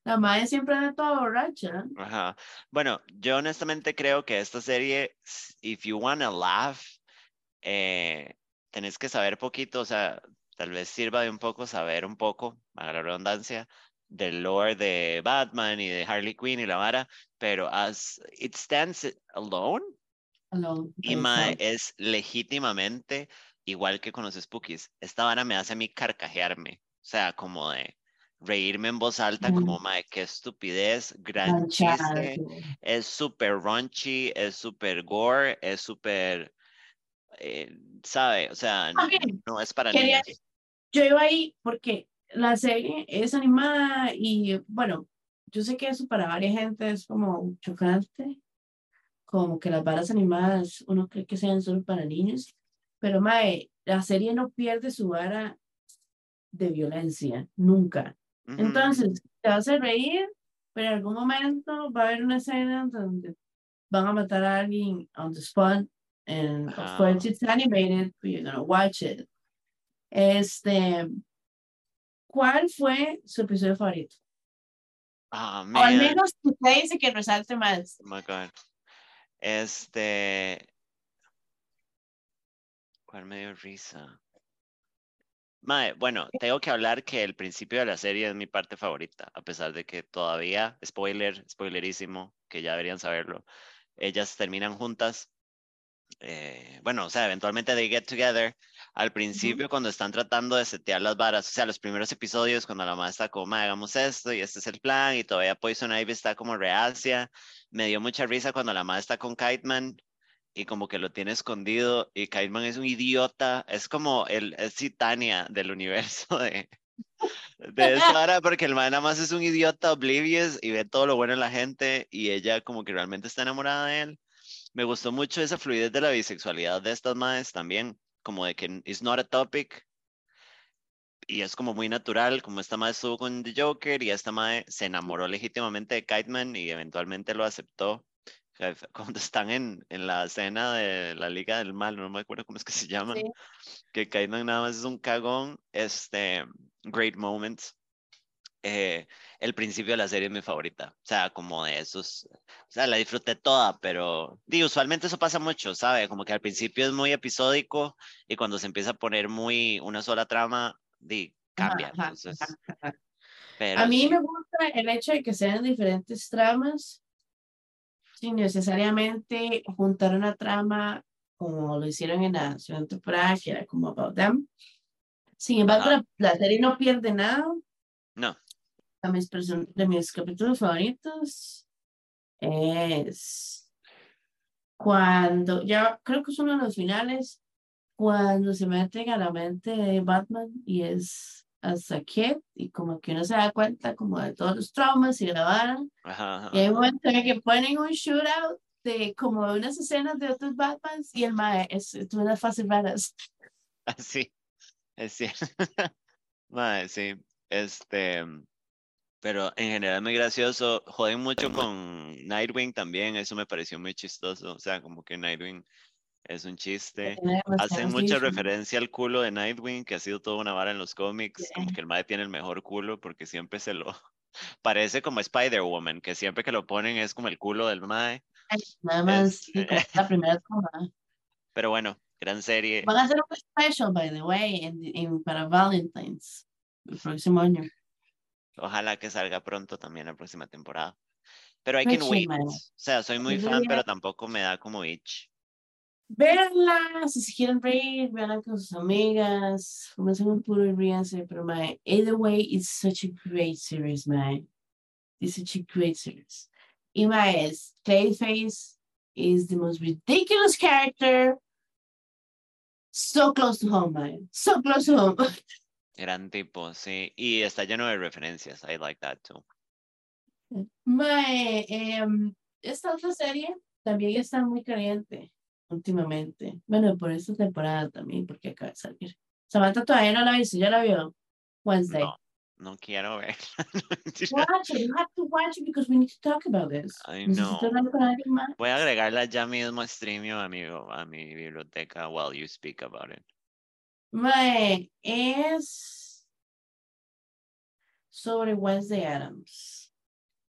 La madre siempre anda toda borracha. Ajá. Bueno, yo honestamente creo que esta serie, if you wanna laugh, eh, tenés que saber poquito, o sea, tal vez sirva de un poco saber un poco, a la redundancia, del lore de Batman y de Harley Quinn y la vara, pero as it stands alone, Alone y by mae, itself. es legítimamente igual que con los Spookies. Esta vara me hace a mí carcajearme, o sea, como de reírme en voz alta, como mae, qué estupidez, gran chiste, Manchado. es súper raunchy, es súper gore, es súper sabe, o sea, También no es para quería, niños. yo iba ahí porque la serie es animada y bueno, yo sé que eso para varias gente es como chocante, como que las varas animadas uno cree que sean solo para niños, pero mae, la serie no pierde su vara de violencia, nunca. Ujú, Entonces, te vas a reír, pero en algún momento va a haber una escena donde van a matar a alguien on the spot, and of course ajá. it's animated, but you're gonna watch it. Este, ¿cuál fue su episodio favorito? Ah, O al man, menos usted dice que resalte más. oh my God. Este, ¿cuál me dio risa? Mae, bueno, tengo que hablar que el principio de la serie es mi parte favorita, a pesar de que todavía, spoilerísimo, que ya deberían saberlo, ellas terminan juntas. Bueno, o sea, eventualmente they get together. Al Ujú. principio, cuando están tratando de setear las varas, o sea, los primeros episodios, cuando la madre está como, "Ma, hagamos esto y este es el plan", y todavía Poison Ivy está como reacia. Me dio mucha risa cuando la madre está con Kite y como que lo tiene escondido y Kite es un idiota. Es como es Titania del universo de esta hora, porque el man nada más es un idiota oblivious y ve todo lo bueno en la gente y ella como que realmente está enamorada de él. Me gustó mucho esa fluidez de la bisexualidad de estas madres también, como de que it's not a topic y es como muy natural, como esta madre estuvo con The Joker y esta madre se enamoró legítimamente de Kite y eventualmente lo aceptó. Cuando están en la escena de la Liga del Mal, no me acuerdo cómo es que se llama, Sí. que Kite nada más es un cagón, great moments. El principio de la serie es mi favorita. O sea, como de esos. O sea, la disfruté toda, pero usualmente eso pasa mucho, ¿sabe? Como que al principio es muy episódico y cuando se empieza a poner muy una sola trama, Ajá, cambia. ajá, Entonces, ajá, ajá. A pero mí sí. me gusta el hecho de que sean diferentes tramas, sin necesariamente juntar una trama como lo hicieron en la segunda temporada, que era como About Them. Sin embargo, Ajá. la serie no pierde nada. No. De mis capítulos favoritos es cuando, ya creo que es uno de los finales, cuando se meten a la mente de Batman y es hasta Kid y como que uno se da cuenta como de todos los traumas y grabaron. Ajá, ajá, Y hay un ajá. momento en el que ponen un shootout de como de unas escenas de otros Batmans y el mae es unas fases raras. Así, es cierto. Mae, sí. Este, pero en general muy gracioso. Joden mucho con Nightwing también, eso me pareció muy chistoso. O sea, como que Nightwing es un chiste. Tiene Hacen demasiados mucha issues. referencia al culo de Nightwing, que ha sido toda una vara en los cómics, como que el mae tiene el mejor culo porque siempre se lo parece como Spider-Woman, que siempre que lo ponen es como el culo del mae. Nada más, Es, sí, como la primera toma. pero bueno, gran serie. Van a hacer un special, by the way, para Valentine's el próximo año. Ojalá que salga pronto también la próxima temporada. Pero I can Richie, wait. man. O sea, soy muy fan, pero tampoco me da como itch. Véanla, si se quieren reír, véanla con sus amigas, comiencen un puro y ríanse, pero man, either way, it's such a great series, man. It's such a great series. Y man, Clayface is the most ridiculous character, so close to home, man. So close to home. Gran tipo, sí. Y está lleno de referencias. I like that too. Mae, esta otra serie también está muy caliente últimamente. Bueno, por esta temporada también, porque acaba de salir. Samantha todavía no la ha visto, ya la vio. No, Wednesday. no quiero ver. No, mentira. Watch it, you have to watch it because we need to talk about this. I Necesito know. hablar con alguien más. Voy a agregarla ya mismo a Streamio a mi biblioteca while you speak about it. Mae, es sobre Wednesday Adams.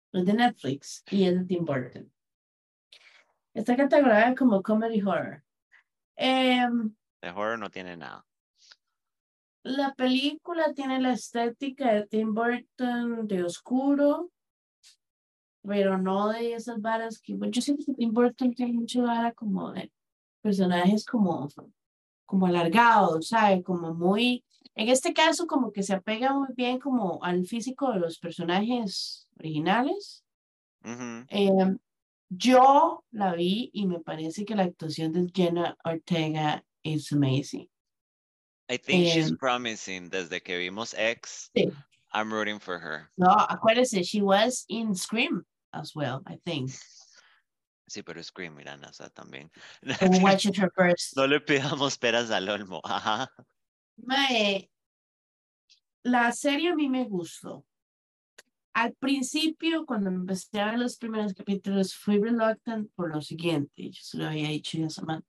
Es de Netflix y es de Tim Burton. Está catalogada como comedy horror. De horror no tiene nada. La película tiene la estética de Tim Burton de oscuro, pero no de esas varas que bueno, yo siento que Tim Burton tiene mucha vara como de personajes como alargados, ¿sabe? Como muy, en este caso como que se apega muy bien como al físico de los personajes originales. Ujú. Eh, yo la vi y me parece que la actuación de Jenna Ortega es amazing. I think she's Eh, promising. Desde que vimos X, sí. I'm rooting for her. No, acuérdese, she was in Scream as well, I think. Sí, pero Scream, Miranda, o sea, también. So we watched her No first. le pidamos peras al olmo. Ajá. Mae, la serie a mí me gustó. Al principio, cuando empecé a ver los primeros capítulos, fui reluctant por lo siguiente. Yo se lo había dicho ya a Samantha.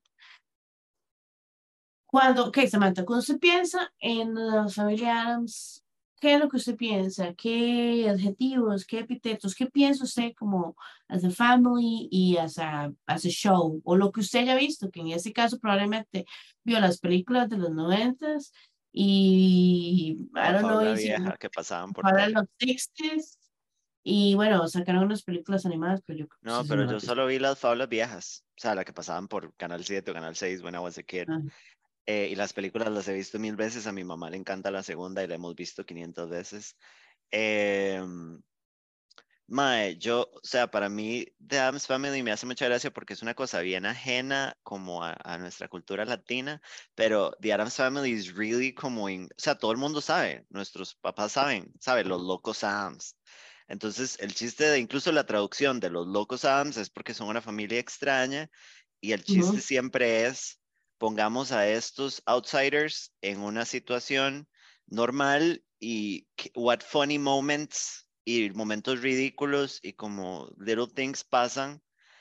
Samantha, cuando usted piensa en la familia Adams, ¿qué es lo que usted piensa? ¿Qué adjetivos, qué epítetos, qué piensa usted como as a family y as a show? O lo que usted haya visto, que en este caso probablemente vio las películas de los noventas y, I La don't know, Fabla y si Vieja que pasaban por para tele. los 60s. Y bueno, sacaron unas películas animadas, pero yo creo que No, sí pero no las yo he visto. solo vi las Fablas Viejas. O sea, la que pasaban por Canal 7 o Canal 6 when I was a kid. Ah, Y las películas las he visto 1000 veces. A mi mamá le encanta la segunda y la hemos visto 500 veces. Em, Mae, yo, o sea, para mí The Addams Family me hace mucha gracia porque es una cosa bien ajena como a nuestra cultura latina, pero The Addams Family is really como, o sea, todo el mundo sabe, nuestros papás saben, los locos Addams. Entonces, el chiste de incluso la traducción de los locos Addams es porque son una familia extraña y el chiste ujú, siempre es, pongamos a estos outsiders en una situación normal y what funny moments y momentos ridículos y como little things pasan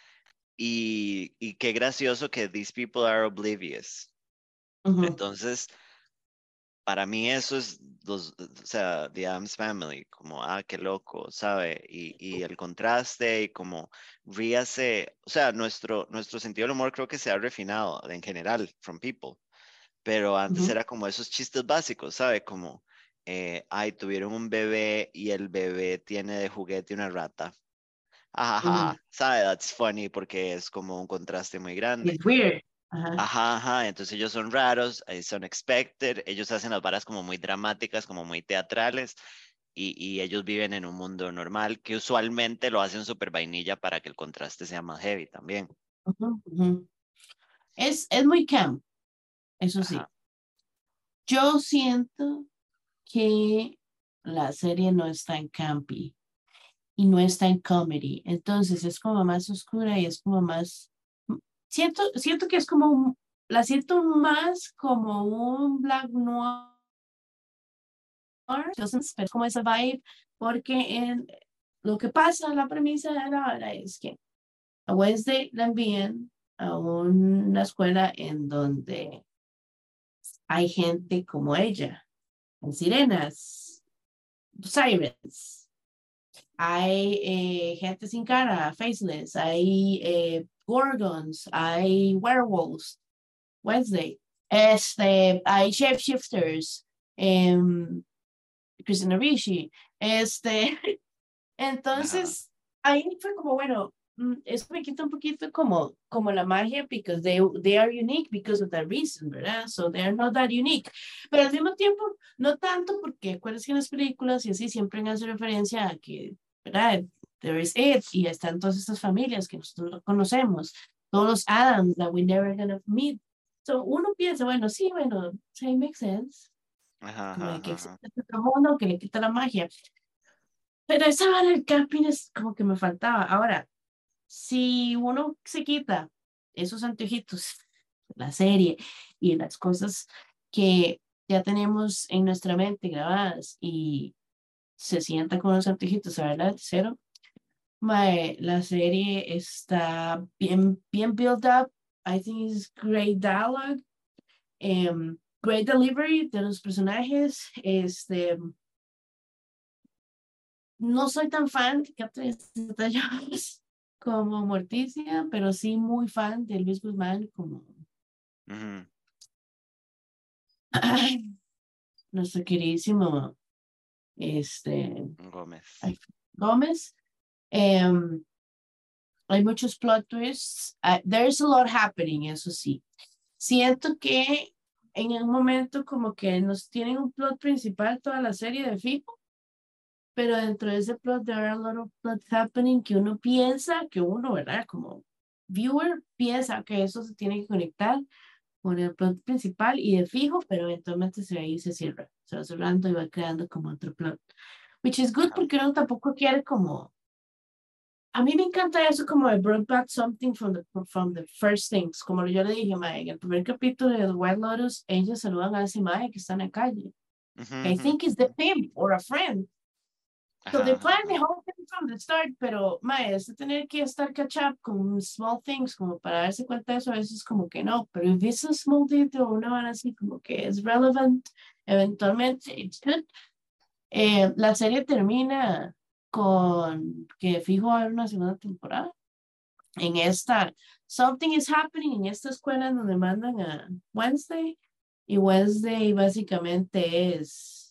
y qué gracioso que these people are oblivious. ujú, Entonces, para mí eso es o sea, The Addams Family, como, qué loco, ¿sabe? Y el contraste y como ríase, o sea, nuestro sentido del humor creo que se ha refinado en general, from people, pero antes ujú, era como esos chistes básicos, ¿sabe? Como, tuvieron un bebé y el bebé tiene de juguete una rata. ujú. Ajá, ¿sabe? That's funny porque es como un contraste muy grande. It's weird. Ajá, Ajá, ajá, entonces ellos son raros, son expected, ellos hacen las varas como muy dramáticas, como muy teatrales, y ellos viven en un mundo normal que usualmente lo hacen súper vainilla para que el contraste sea más heavy también. ujú, ujú. Es muy camp, eso Ajá. sí. Yo siento que la serie no está en campy y no está en comedy. Entonces es como más oscura y es como más. Siento que es como la siento más como un Black Noir, entonces, pero como esa vibe, porque lo que pasa, la premisa de la hora es que a Wednesday la envían a una escuela en donde hay gente como ella, hay sirenas, sirens, hay gente sin cara, faceless, hay gorgons, hay werewolves, Wednesday, hay shapeshifters, Christina Ricci, Ajá. entonces ahí fue como, bueno, eso me quita un poquito como la magia, because they are unique because of that reason, ¿verdad? So they are not that unique. Pero al mismo tiempo, no tanto porque acuerdas que en las películas y así siempre hace referencia a que, ¿verdad? There is it, y están todas estas familias que nosotros no conocemos, todos los Adams that we never gonna meet. So uno piensa, bueno, sí, bueno, sí, makes sense. Ajá, Como ajá, de que ajá. existe otro mundo que le quita la magia. Pero esa vara del camping es como que me faltaba. Ahora, si uno se quita esos antojitos, la serie y las cosas que ya tenemos en nuestra mente grabadas y se sienta con los antojitos a verla de cero, mae, la serie está bien, bien built up. I think it's great dialogue, great delivery de los personajes. no soy tan fan de Catherine Zeta-Jones como Morticia, pero sí muy fan de Luis Guzmán como Ujú. nuestro queridísimo este, Gómez. ay, Gómez. Em, hay muchos plot twists. There's a lot happening, eso sí. Siento que en un momento como que nos tienen un plot principal toda la serie de fijo, pero dentro de ese plot there are a lot of plots happening que uno piensa, que uno, ¿verdad? Como viewer piensa que eso se tiene que conectar con el plot principal y de fijo, pero eventualmente ahí se cierra, se va cerrando y va creando como otro plot. Which is good Ajá. porque uno tampoco quiere como a mí me encanta eso como de brought back something from the first things. Como yo le dije, mae, en el primer capítulo de The White Lotus, ellos saludan a ese mae que está en la calle. Ujú, I ujú. think it's the pimp or a friend. So Ajá, they ajá, plan the ajá. whole thing from the start, pero mae, es de tener que estar catch up con small things como para darse cuenta de eso, a veces como que no, pero if it's a small detail, una van así como que es relevant, eventualmente, it's good. La serie termina con que fijo va a haber una segunda temporada en esta, something is happening en esta escuela en donde mandan a Wednesday y Wednesday básicamente es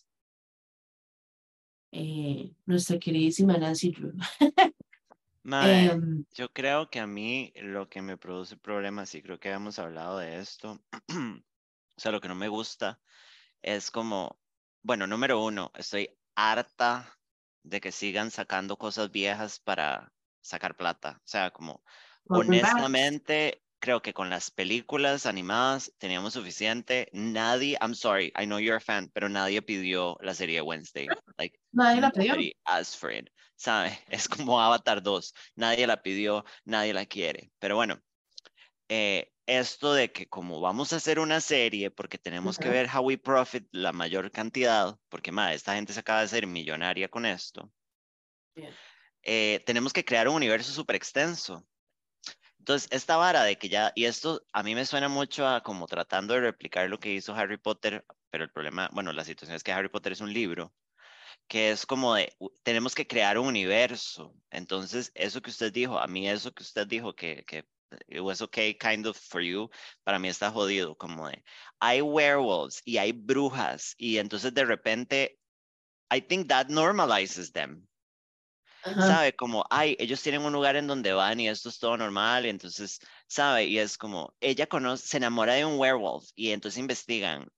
nuestra queridísima Nancy Drew. Mae, Em, yo creo que a mí lo que me produce problemas, y creo que habíamos hablado de esto, o sea, lo que no me gusta es como, bueno, número uno, estoy harta de que sigan sacando cosas viejas para sacar plata. O sea, como Quarterbacks. honestamente, creo que con las películas animadas teníamos suficiente. Nadie, I'm sorry, I know you're a fan, pero nadie pidió la serie Wednesday. Like, Nadie la pidió. nobody asked for it. ¿Sabe? Es como Avatar 2. Nadie la pidió, nadie la quiere. Pero bueno, esto de que como vamos a hacer una serie porque tenemos que Ajá. ver how we profit la mayor cantidad, porque madre, esta gente se acaba de ser millonaria con esto, Bien. tenemos que crear un universo súper extenso. Entonces, esta vara de que ya, y esto a mí me suena mucho a como tratando de replicar lo que hizo Harry Potter, pero el problema, bueno, la situación es que Harry Potter es un libro, que es como de, tenemos que crear un universo. Entonces, eso que usted dijo, a mí eso que usted dijo que it was okay kind of for you, para mí está jodido, como de, hay werewolves y hay brujas y entonces de repente, I think that normalizes them. Ajá. ¿Sabe? Como, ay, ellos tienen un lugar en donde van y esto es todo normal, y entonces, ¿sabe? Y es como, ella conoce, se enamora de un werewolf y entonces investigan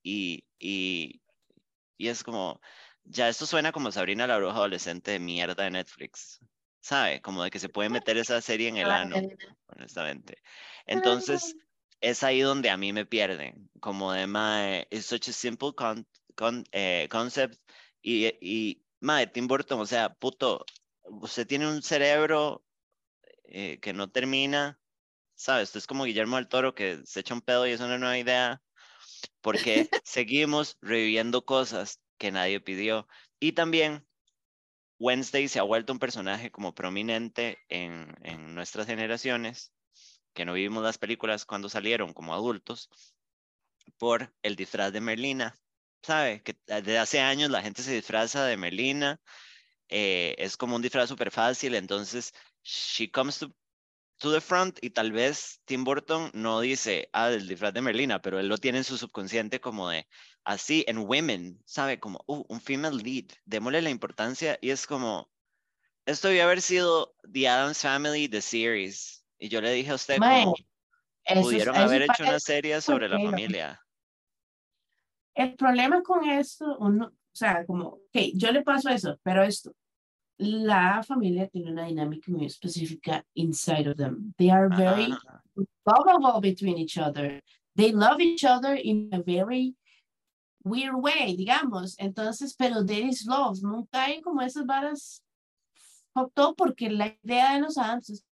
y es como, ya esto suena como Sabrina la bruja adolescente de mierda de Netflix, ¿sabe? Como de que se puede meter esa serie en el ano, honestamente. Entonces, es ahí donde a mí me pierden, como de, mae, it's such a simple concept mae, Tim Burton, o sea, puto, usted tiene un cerebro que no termina, ¿sabe? Usted es como Guillermo del Toro que se echa un pedo y es una nueva idea porque seguimos reviviendo cosas que nadie pidió. Y también Wednesday se ha vuelto un personaje como prominente en nuestras generaciones, que no vivimos las películas cuando salieron como adultos, por el disfraz de Merlina. ¿Sabe? Que desde hace años la gente se disfraza de Merlina, es como un disfraz súper fácil, entonces she comes to the front y tal vez Tim Burton no dice, ah, el disfraz de Merlina, pero él lo tiene en su subconsciente como de, así, en Women, ¿sabe? Como, un female lead, démosle la importancia y es como, esto debió haber sido The Addams Family, The Series. Y yo le dije a usted Mae, como, pudieron eso haber hecho una parece serie sobre la porque familia. el problema con esto, uno, o sea, como, ok, yo le paso eso, pero esto, la familia tiene una dinámica muy específica inside of them. They are Ajá, very ajá. lovable between each other. They love each other in a very weird way, digamos. Entonces, pero there is love. Nunca hay como esas varas todo porque la idea de los Adams es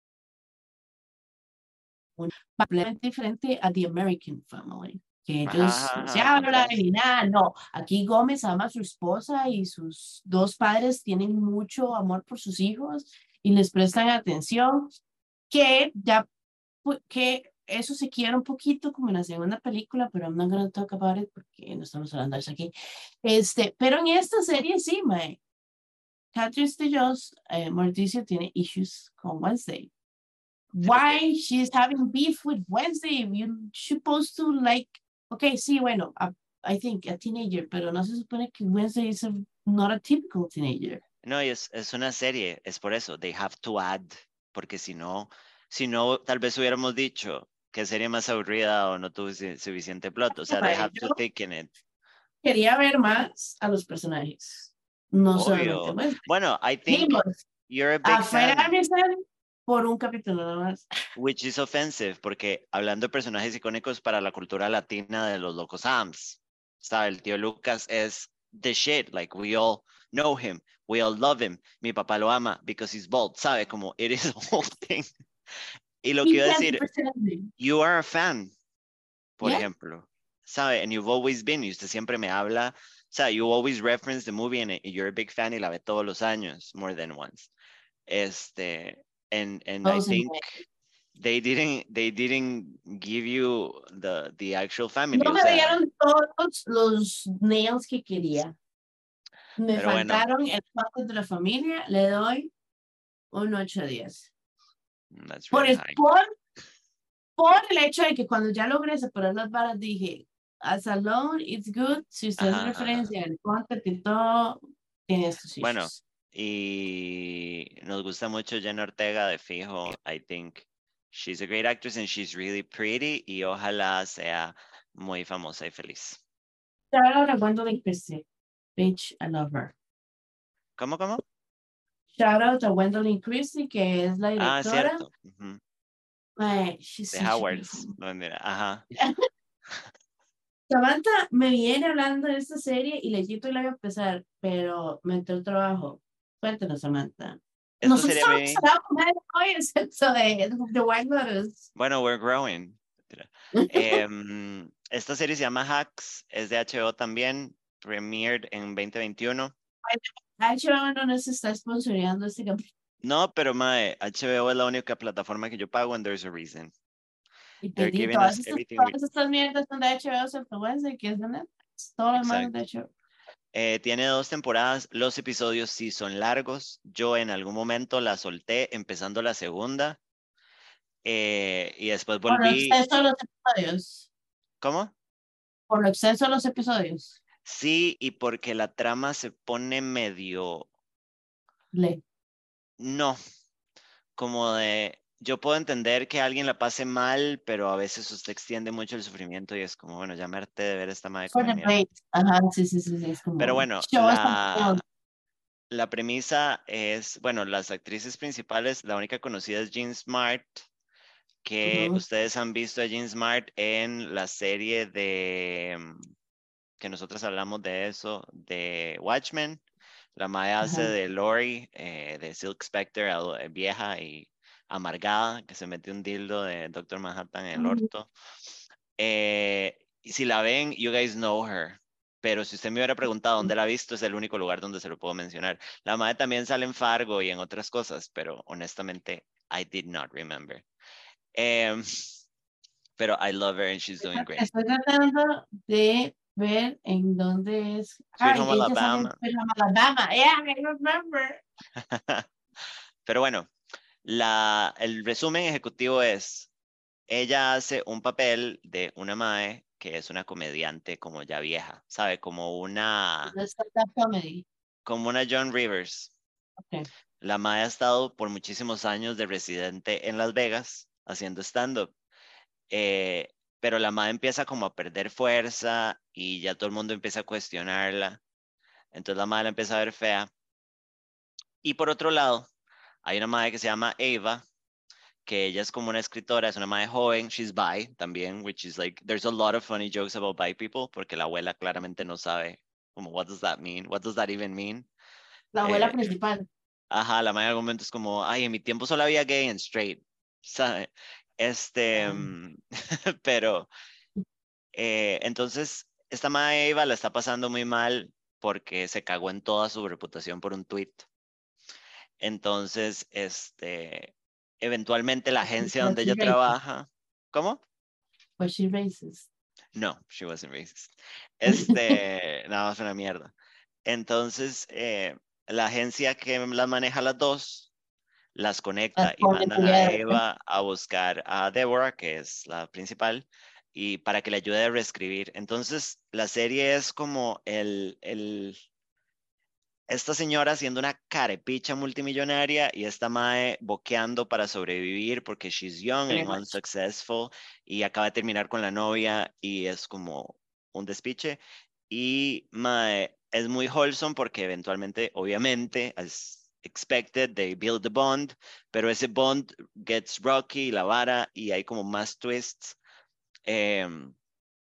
completamente diferente a The American Family. Que Ajá, ellos ajá, no se ajá, el hablan contraste. ni nada, no. Aquí Gómez ama a su esposa y sus dos padres tienen mucho amor por sus hijos y les prestan atención, que ya, que eso se quiere un poquito como en la segunda película, pero I'm not gonna talk about it porque no estamos hablando de eso aquí. Pero en esta serie sí, mae. Catherine Stillos, Mauricio tiene issues con Wednesday. Okay. Why she's having beef with Wednesday? You're supposed to like, okay, sí, bueno, I think a teenager, pero no se supone que Wednesday is not a typical teenager. No, y es una serie, es por eso, they have to add, porque si no, tal vez hubiéramos dicho que serie más aburrida o no tuvo suficiente plot, o sea, they have to Yo thicken it. quería ver más a los personajes, no solamente Obvio. Wednesday. Bueno, I think Dimos, you're a big a Fred fan, Armisen por un capítulo nada más. which is offensive, porque hablando de personajes icónicos para la cultura latina de los Locos Adams, ¿sabe? El tío Lucas es the shit, like we all know him, we all love him, mi papá lo ama because he's bald, ¿sabe? Como it is a whole thing. Y lo que He iba a can't decir, represent me. you are a fan, por Yeah. ejemplo, ¿sabe? And you've always been, y usted siempre me habla, o sea, you always reference the movie and you're a big fan y la ve todos los años, more than once. And I think they didn't give you the actual family, No o me sea, dieron todos los nails que quería. Me pero bueno, faltaron el parte de la familia, le doy un 8 días. that's Por, really high. por el hecho de que cuando ya logré separar las varas dije, as alone, it's good. Si usted hace Ajá, ajá. referencia al content y todo, tiene estos Bueno, issues. y nos gusta mucho Jenna Ortega de fijo. I think she's a great actress and she's really pretty y ojalá sea muy famosa y feliz. Shout out a Gwendolyn Christie. Bitch, I love her. ¿Cómo, cómo? Shout out a Gwendolyn Christie, que es la Ah, directora. cierto. Ujú. She's De such a Howards. beautiful. No, mira, ajá. Samantha me viene hablando de esta serie y le quito y la voy a empezar, pero me entró el trabajo. Cuéntanos, Samantha. Esta Nosotros serie a estamos mí, hablando con nadie hoy, excepto de White Lotus. bueno, we're growing. Mentira. Esta serie se llama Hacks, es de HBO también, premiered en 2021. HBO no nos está sponsoreando este capítulo. No, pero mae, HBO es la única plataforma que yo pago and there's a reason. They're Entendí, giving us everything we... todas estas mierdas son de HBO, excepto Wednesday, que es de Netflix. Todo lo demás es de Exacto. HBO. Tiene 2 temporadas, los episodios sí son largos. Yo en algún momento la solté empezando la segunda y después Por lo volví. exceso de los episodios. ¿Cómo? Por lo exceso de los episodios. Sí, y porque la trama se pone medio... No, como de... Yo puedo entender que alguien la pase mal, pero a veces usted extiende mucho el sufrimiento y es como, bueno, ya me harté de ver esta madre For come the mierda. bait. Ajá, sí, sí, sí, es Pero como. bueno, Show us something la premisa es, bueno, las actrices principales, la única conocida es Jean Smart, que ustedes han visto a Jean Smart en la serie de, que nosotros hablamos de eso, de Watchmen. La madre hace Ajá. de Lori, de Silk Spectre, vieja y amargada, que se mete un dildo de Doctor Manhattan en el orto. Y si la ven, you guys know her. Pero si usted me hubiera preguntado dónde la ha visto, es el único lugar donde se lo puedo mencionar. La madre también sale en Fargo y en otras cosas, pero honestamente, I did not remember. Pero I love her and she's doing great. Estoy tratando de ver en dónde es. Sweet Ay, Home ella sale en Alabama. Sweet Home Alabama. Yeah, I remember. Pero bueno, el resumen ejecutivo es, ella hace un papel de una mae que es una comediante como ya vieja, ¿sabe? No stand-up comedy. Como una John Rivers. Okay. La mae ha estado por muchísimos años de residente en Las Vegas haciendo stand-up. Pero la mae empieza como a perder fuerza y ya todo el mundo empieza a cuestionarla. Entonces la mae la empieza a ver fea. Y por otro lado, hay una mae que se llama Ava, que ella es como una escritora, es una madre joven, she's bi también, which is like, there's a lot of funny jokes about bi people, porque la abuela claramente no sabe, como, what does that mean? What does that even mean? La abuela principal. Ajá, la madre en algún momento es como, ay, en mi tiempo solo había gay and straight, ¿sabe? Pero, entonces, esta madre Eva la está pasando muy mal porque se cagó en toda su reputación por un tweet. Entonces, eventualmente la agencia donde ella trabaja, ¿cómo? Was she racist? No, she wasn't racist. Nada más una mierda. Entonces, la agencia que las maneja las dos las Las conecta y pone mandan a together. Eva a buscar a Deborah, que es la principal, y para que le ayude a reescribir. Entonces, la serie es como esta señora siendo una carepicha multimillonaria y esta mae boqueando para sobrevivir porque she's young Pretty and much. unsuccessful y acaba de terminar con la novia y es como un despiche. Y mae es muy wholesome porque eventualmente, obviamente, as expected, they build the bond, pero ese bond gets rocky, la vara, y hay como más twists. Em,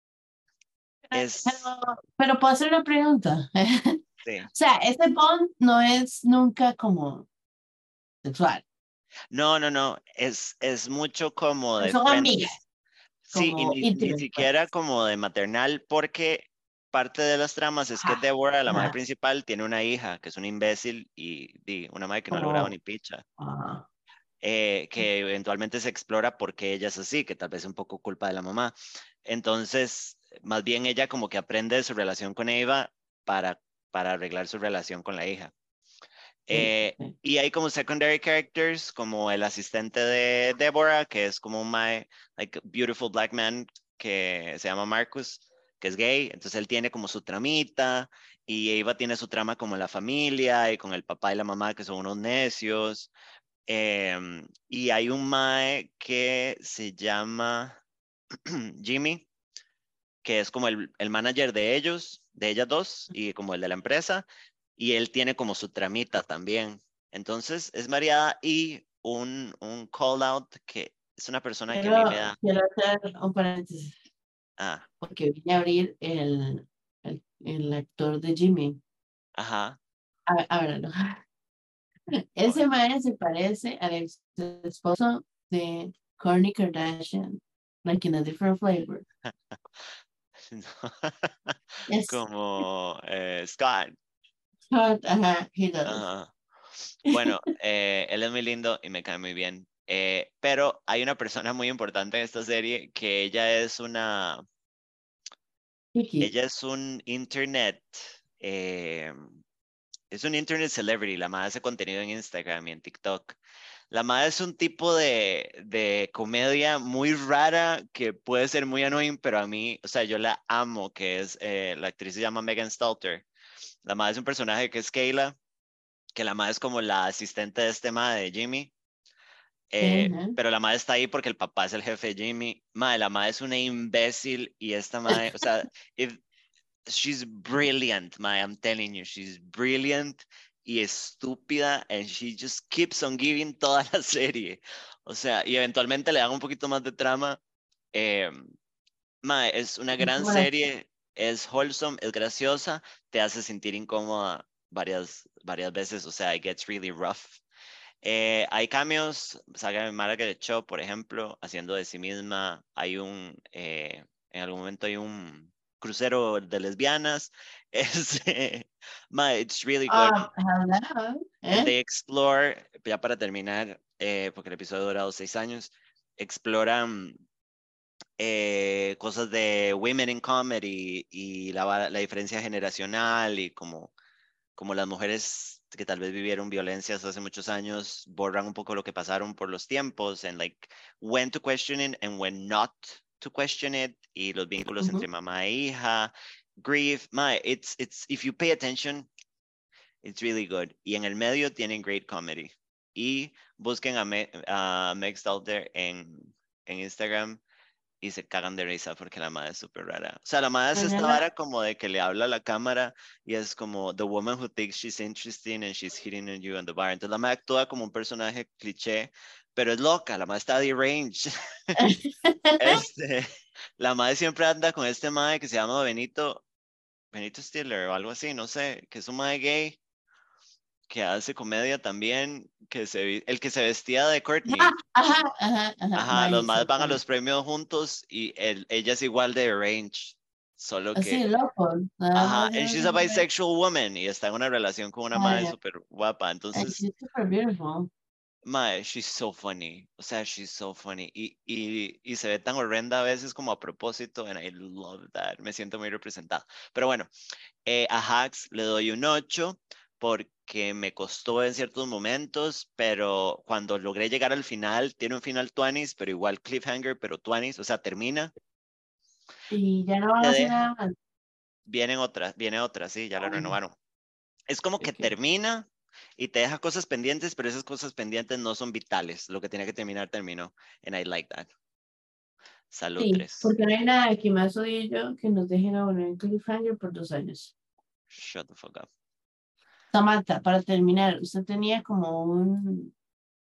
es, Pero puedo hacer una pregunta. sí. O sea, este bond no es nunca como sexual. No, no, no, es mucho como No de son amigas, friends. Sí, y como ni íntimas, siquiera pues. como de maternal, porque parte de las tramas es que Ajá, Deborah, la madre ajá, principal, tiene una hija que es una imbécil una madre que no ha logrado ni como, picha, ajá. que eventualmente se explora por qué ella es así, que tal vez es un poco culpa de la mamá. Entonces, más bien ella como que aprende de su relación con Eva para, para arreglar su relación con la hija. Sí, sí. Y hay como secondary characters, como el asistente de Deborah, que es como un mae, like a beautiful black man, que se llama Marcus, que es gay. Entonces él tiene como su tramita, y Eva tiene su trama como en la familia, y con el papá y la mamá, que son unos necios. Y hay un mae que se llama Jimmy, que es como el manager de ellos, de ellas dos, y como el de la empresa, y él tiene como su tramita también. Entonces es variada y un call out que es una persona que a mí me da, Quiero hacer un paréntesis, ah, porque vine a abrir el actor de Jimmy. ajá, Ábralo. ok. Ese man se parece al ex esposo de Kourtney Kardashian, like in a different flavor. Yes, Como Scott. ajá, he does. Ajá. Bueno, él es muy lindo y me cae muy bien. Pero hay una persona muy importante en esta serie que Kiki. ella eh, es un internet celebrity. La madre hace contenido en Instagram y en TikTok. La madre es un tipo de comedia muy rara que puede ser muy annoying, pero a mí, o sea, yo la amo, que es, la actriz se llama Megan Stalter. La madre es un personaje que es Kayla, que la madre es como la asistente de este madre, de Jimmy. Ajá. Pero la madre está ahí porque el papá es el jefe de Jimmy. Madre, la madre es una imbécil y esta madre, o sea, if, she's brilliant, madre, I'm telling you, she's brilliant y estúpida and she just keeps on giving toda la serie. O sea, y eventualmente le dan un poquito más de trama. Eh, Mae, es una Es gran como la serie, es wholesome, es graciosa, te hace sentir incómoda varias veces, o sea, it gets really rough. Hay cambios, Saga de Margaret Cho, por ejemplo, haciendo de sí misma. En algún momento hay un crucero de lesbianas. It's really good. hello, They explore, ya para terminar, porque el episodio ha durado 6 años, exploran cosas de women in comedy y la diferencia generacional y como las mujeres que tal vez vivieron violencias hace muchos años borran un poco lo que pasaron por los tiempos and like when to question it and when not to question it y los vínculos entre ujú. mamá e hija, grief, it's if you pay attention, it's really good. Y en el medio tienen great comedy. Y busquen a Meg Stalter en Instagram y se cagan de risa porque la madre es súper rara. O sea, la madre es esta Mañana, vara como de que le habla a la cámara y es como the woman who thinks she's interesting and she's hitting on you in the bar. Entonces la madre actúa como un personaje cliché, pero es loca, la madre está deranged. Este, la madre siempre anda con este madre que se llama Benito Stiller o algo así, no sé, que es un madre gay que hace comedia también, el que se vestía de Courtney. Ajá, los mae, más so van a funny. los premios juntos y ella es igual de range, solo Así, que, loco, nada ajá, más de and los she's a nombres. bisexual woman y está en una relación con una madre Ay, súper guapa, and entonces, she's super beautiful. madre, she's so funny, o sea, she's so funny y se ve tan horrenda a veces como a propósito, and I love that, me siento muy representada. Pero bueno, a Hacks le doy un 8 porque me costó en ciertos momentos, pero cuando logré llegar al final, tiene un final 20s, pero igual cliffhanger, pero 20s, o sea, termina. Y ya no van Te a hacer deja, nada más. viene otra, sí, ya la Ay, renovaron. Es como que ok. termina y te deja cosas pendientes, pero esas cosas pendientes no son vitales. Lo que tenía que terminar, terminó. And I like that. Salud Sí, 3. porque no hay nada que más odie yo que nos dejen a uno en cliffhanger por 2 años. Shut the fuck up. Samantha, para terminar, usted tenía como un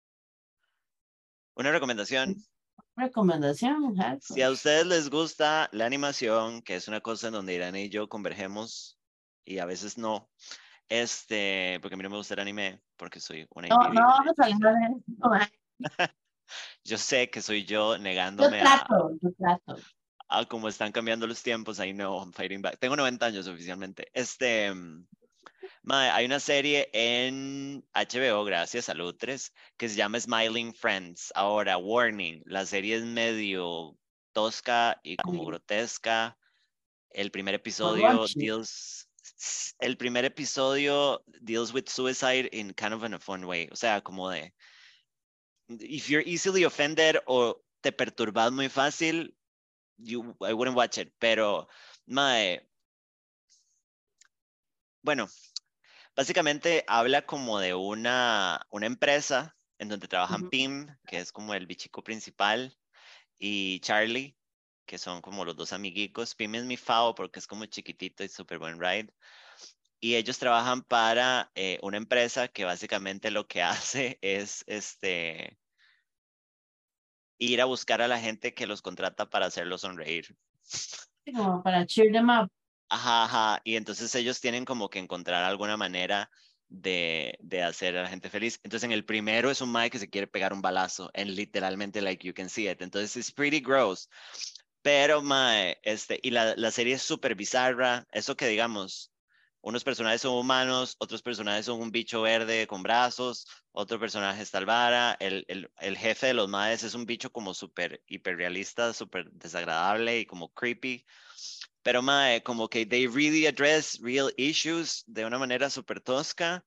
Una recomendación. recomendación, Si hardcore. a ustedes les gusta la animación, que es una cosa en donde Irán y yo convergemos y a veces no, porque a mí no me gusta el anime, porque soy una No, no invivible. vamos a hablar de eso. No, Yo sé que soy yo yo negándome trato, yo trato. a cómo están cambiando los tiempos. I know, I'm fighting back. Tengo 90 años oficialmente. Mae, hay una serie en HBO, gracias, Salud 3, que se llama Smiling Friends. Ahora, warning, la serie es medio tosca y como grotesca. El primer episodio Raunchy. deals, el primer episodio deals with suicide in kind of in a fun way. O sea, como de, if you're easily offended o te perturbas muy fácil, I wouldn't watch it. Pero, mae, bueno, básicamente habla como de una empresa en donde trabajan Ujú. Pim, que es como el bichico principal, y Charlie, que son como los dos amiguitos. Pim es mi favo porque es como chiquitito y súper buen ride. Y ellos trabajan para una empresa que básicamente lo que hace es ir a buscar a la gente que los contrata para hacerlos sonreír. Como para cheer them up. Ajá, ajá. Y entonces ellos tienen como que encontrar alguna manera de hacer a la gente feliz. Entonces en el primero es un mae que se quiere pegar un balazo, en literalmente like you can see it. Entonces es pretty gross. Pero mae, y la serie es súper bizarra. Eso que digamos, unos personajes son humanos, otros personajes son un bicho verde con brazos, otro personaje es Talvara, el jefe de los maes es un bicho como súper hiperrealista, súper desagradable y como creepy. Pero mae, como que they really address real issues de una manera súper tosca.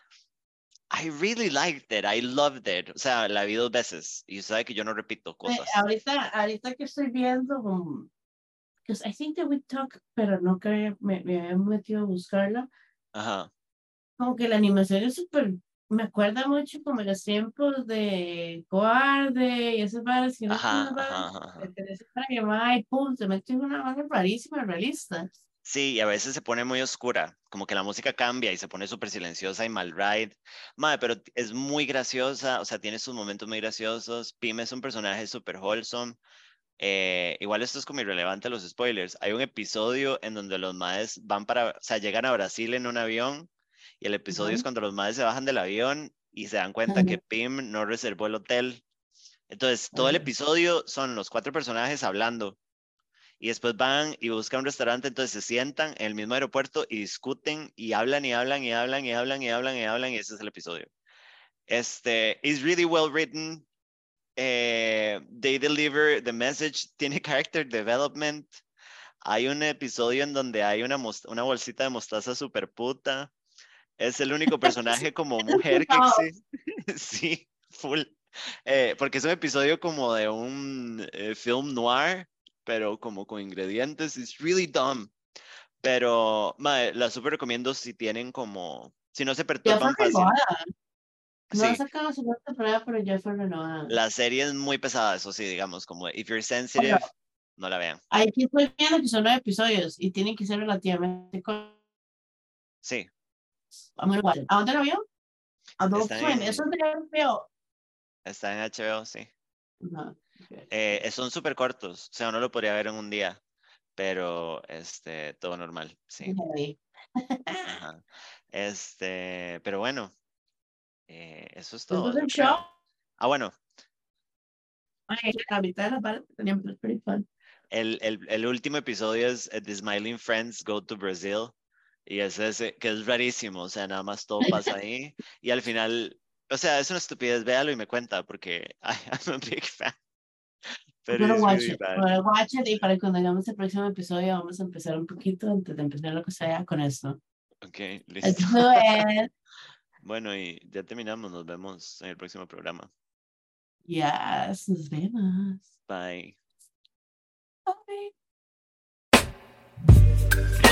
I really liked it, I loved it. O sea, la vi 2 veces y sabe que yo no repito cosas. Ahorita que estoy viendo, because I think that we talk, pero no que me había metido a buscarla. Ajá, Como que la animación es súper, me acuerda mucho como los tiempos de Coarde y esas varas, que no como ajá, unas varas ajá, ajá, que ajá. tenés para llamar y pum, se mete en una vara rarísima, realista. Sí, y a veces se pone muy oscura, como que la música cambia y se pone súper silenciosa y mal ride. Mae, pero es muy graciosa, o sea, tiene sus momentos muy graciosos. Pim es un personaje súper wholesome. Igual esto es como irrelevante a los spoilers. Hay un episodio en donde los maes o sea, llegan a Brasil en un avión y el episodio es Ujú. cuando los maes se bajan del avión y se dan cuenta que Pim no reservó el hotel. Entonces, todo el episodio son los 4 personajes hablando y después van y buscan un restaurante, entonces se sientan en el mismo aeropuerto y discuten y hablan y hablan y hablan y hablan y hablan y hablan y ese es el episodio. Is really well written. They deliver the message, tiene character development. Hay un episodio en donde hay una bolsita de mostaza super puta. Es el único personaje como mujer que No, existe. Sí, full. Porque es un episodio como de un film noir, pero como con ingredientes. It's really dumb. Pero mae, la super recomiendo si tienen como, si no se ya fue perturban fácil. renovada. No ha Sí, sacado su segunda temporada, pero ya fue renovada. la serie es muy pesada, eso sí, digamos, como if you're Bueno, sensitive, no la vean. aquí estoy viendo que son 9 episodios y tienen que ser relativamente cortos. Sí, ¿A dónde lo vio? Adult está Swim, eso en, es de HBO. está en HBO, sí. No, ok. Son súper cortos, o sea, uno lo podría ver en un día, pero todo normal, sí. Déjalo ahí. Ajá. Pero bueno, eso es This todo, was a yo show. creo. Ah, bueno, Ay, la mitad de la parte teníamos pretty fun. el último episodio es The Smiling Friends Go to Brazil. Y es ese, que es rarísimo, o sea, nada más todo pasa ahí. Y al final, o sea, es una estupidez, véalo y me cuenta, porque I'm a big fan, I'm pero gonna it's watch really it. I'm bad. gonna watch it y para cuando hagamos el próximo episodio vamos a empezar un poquito antes de empezar lo que sea con esto. Ok, Let's listo. do it. Bueno, y ya terminamos. Nos vemos en el próximo programa. Yes, nos vemos. Bye. Bye.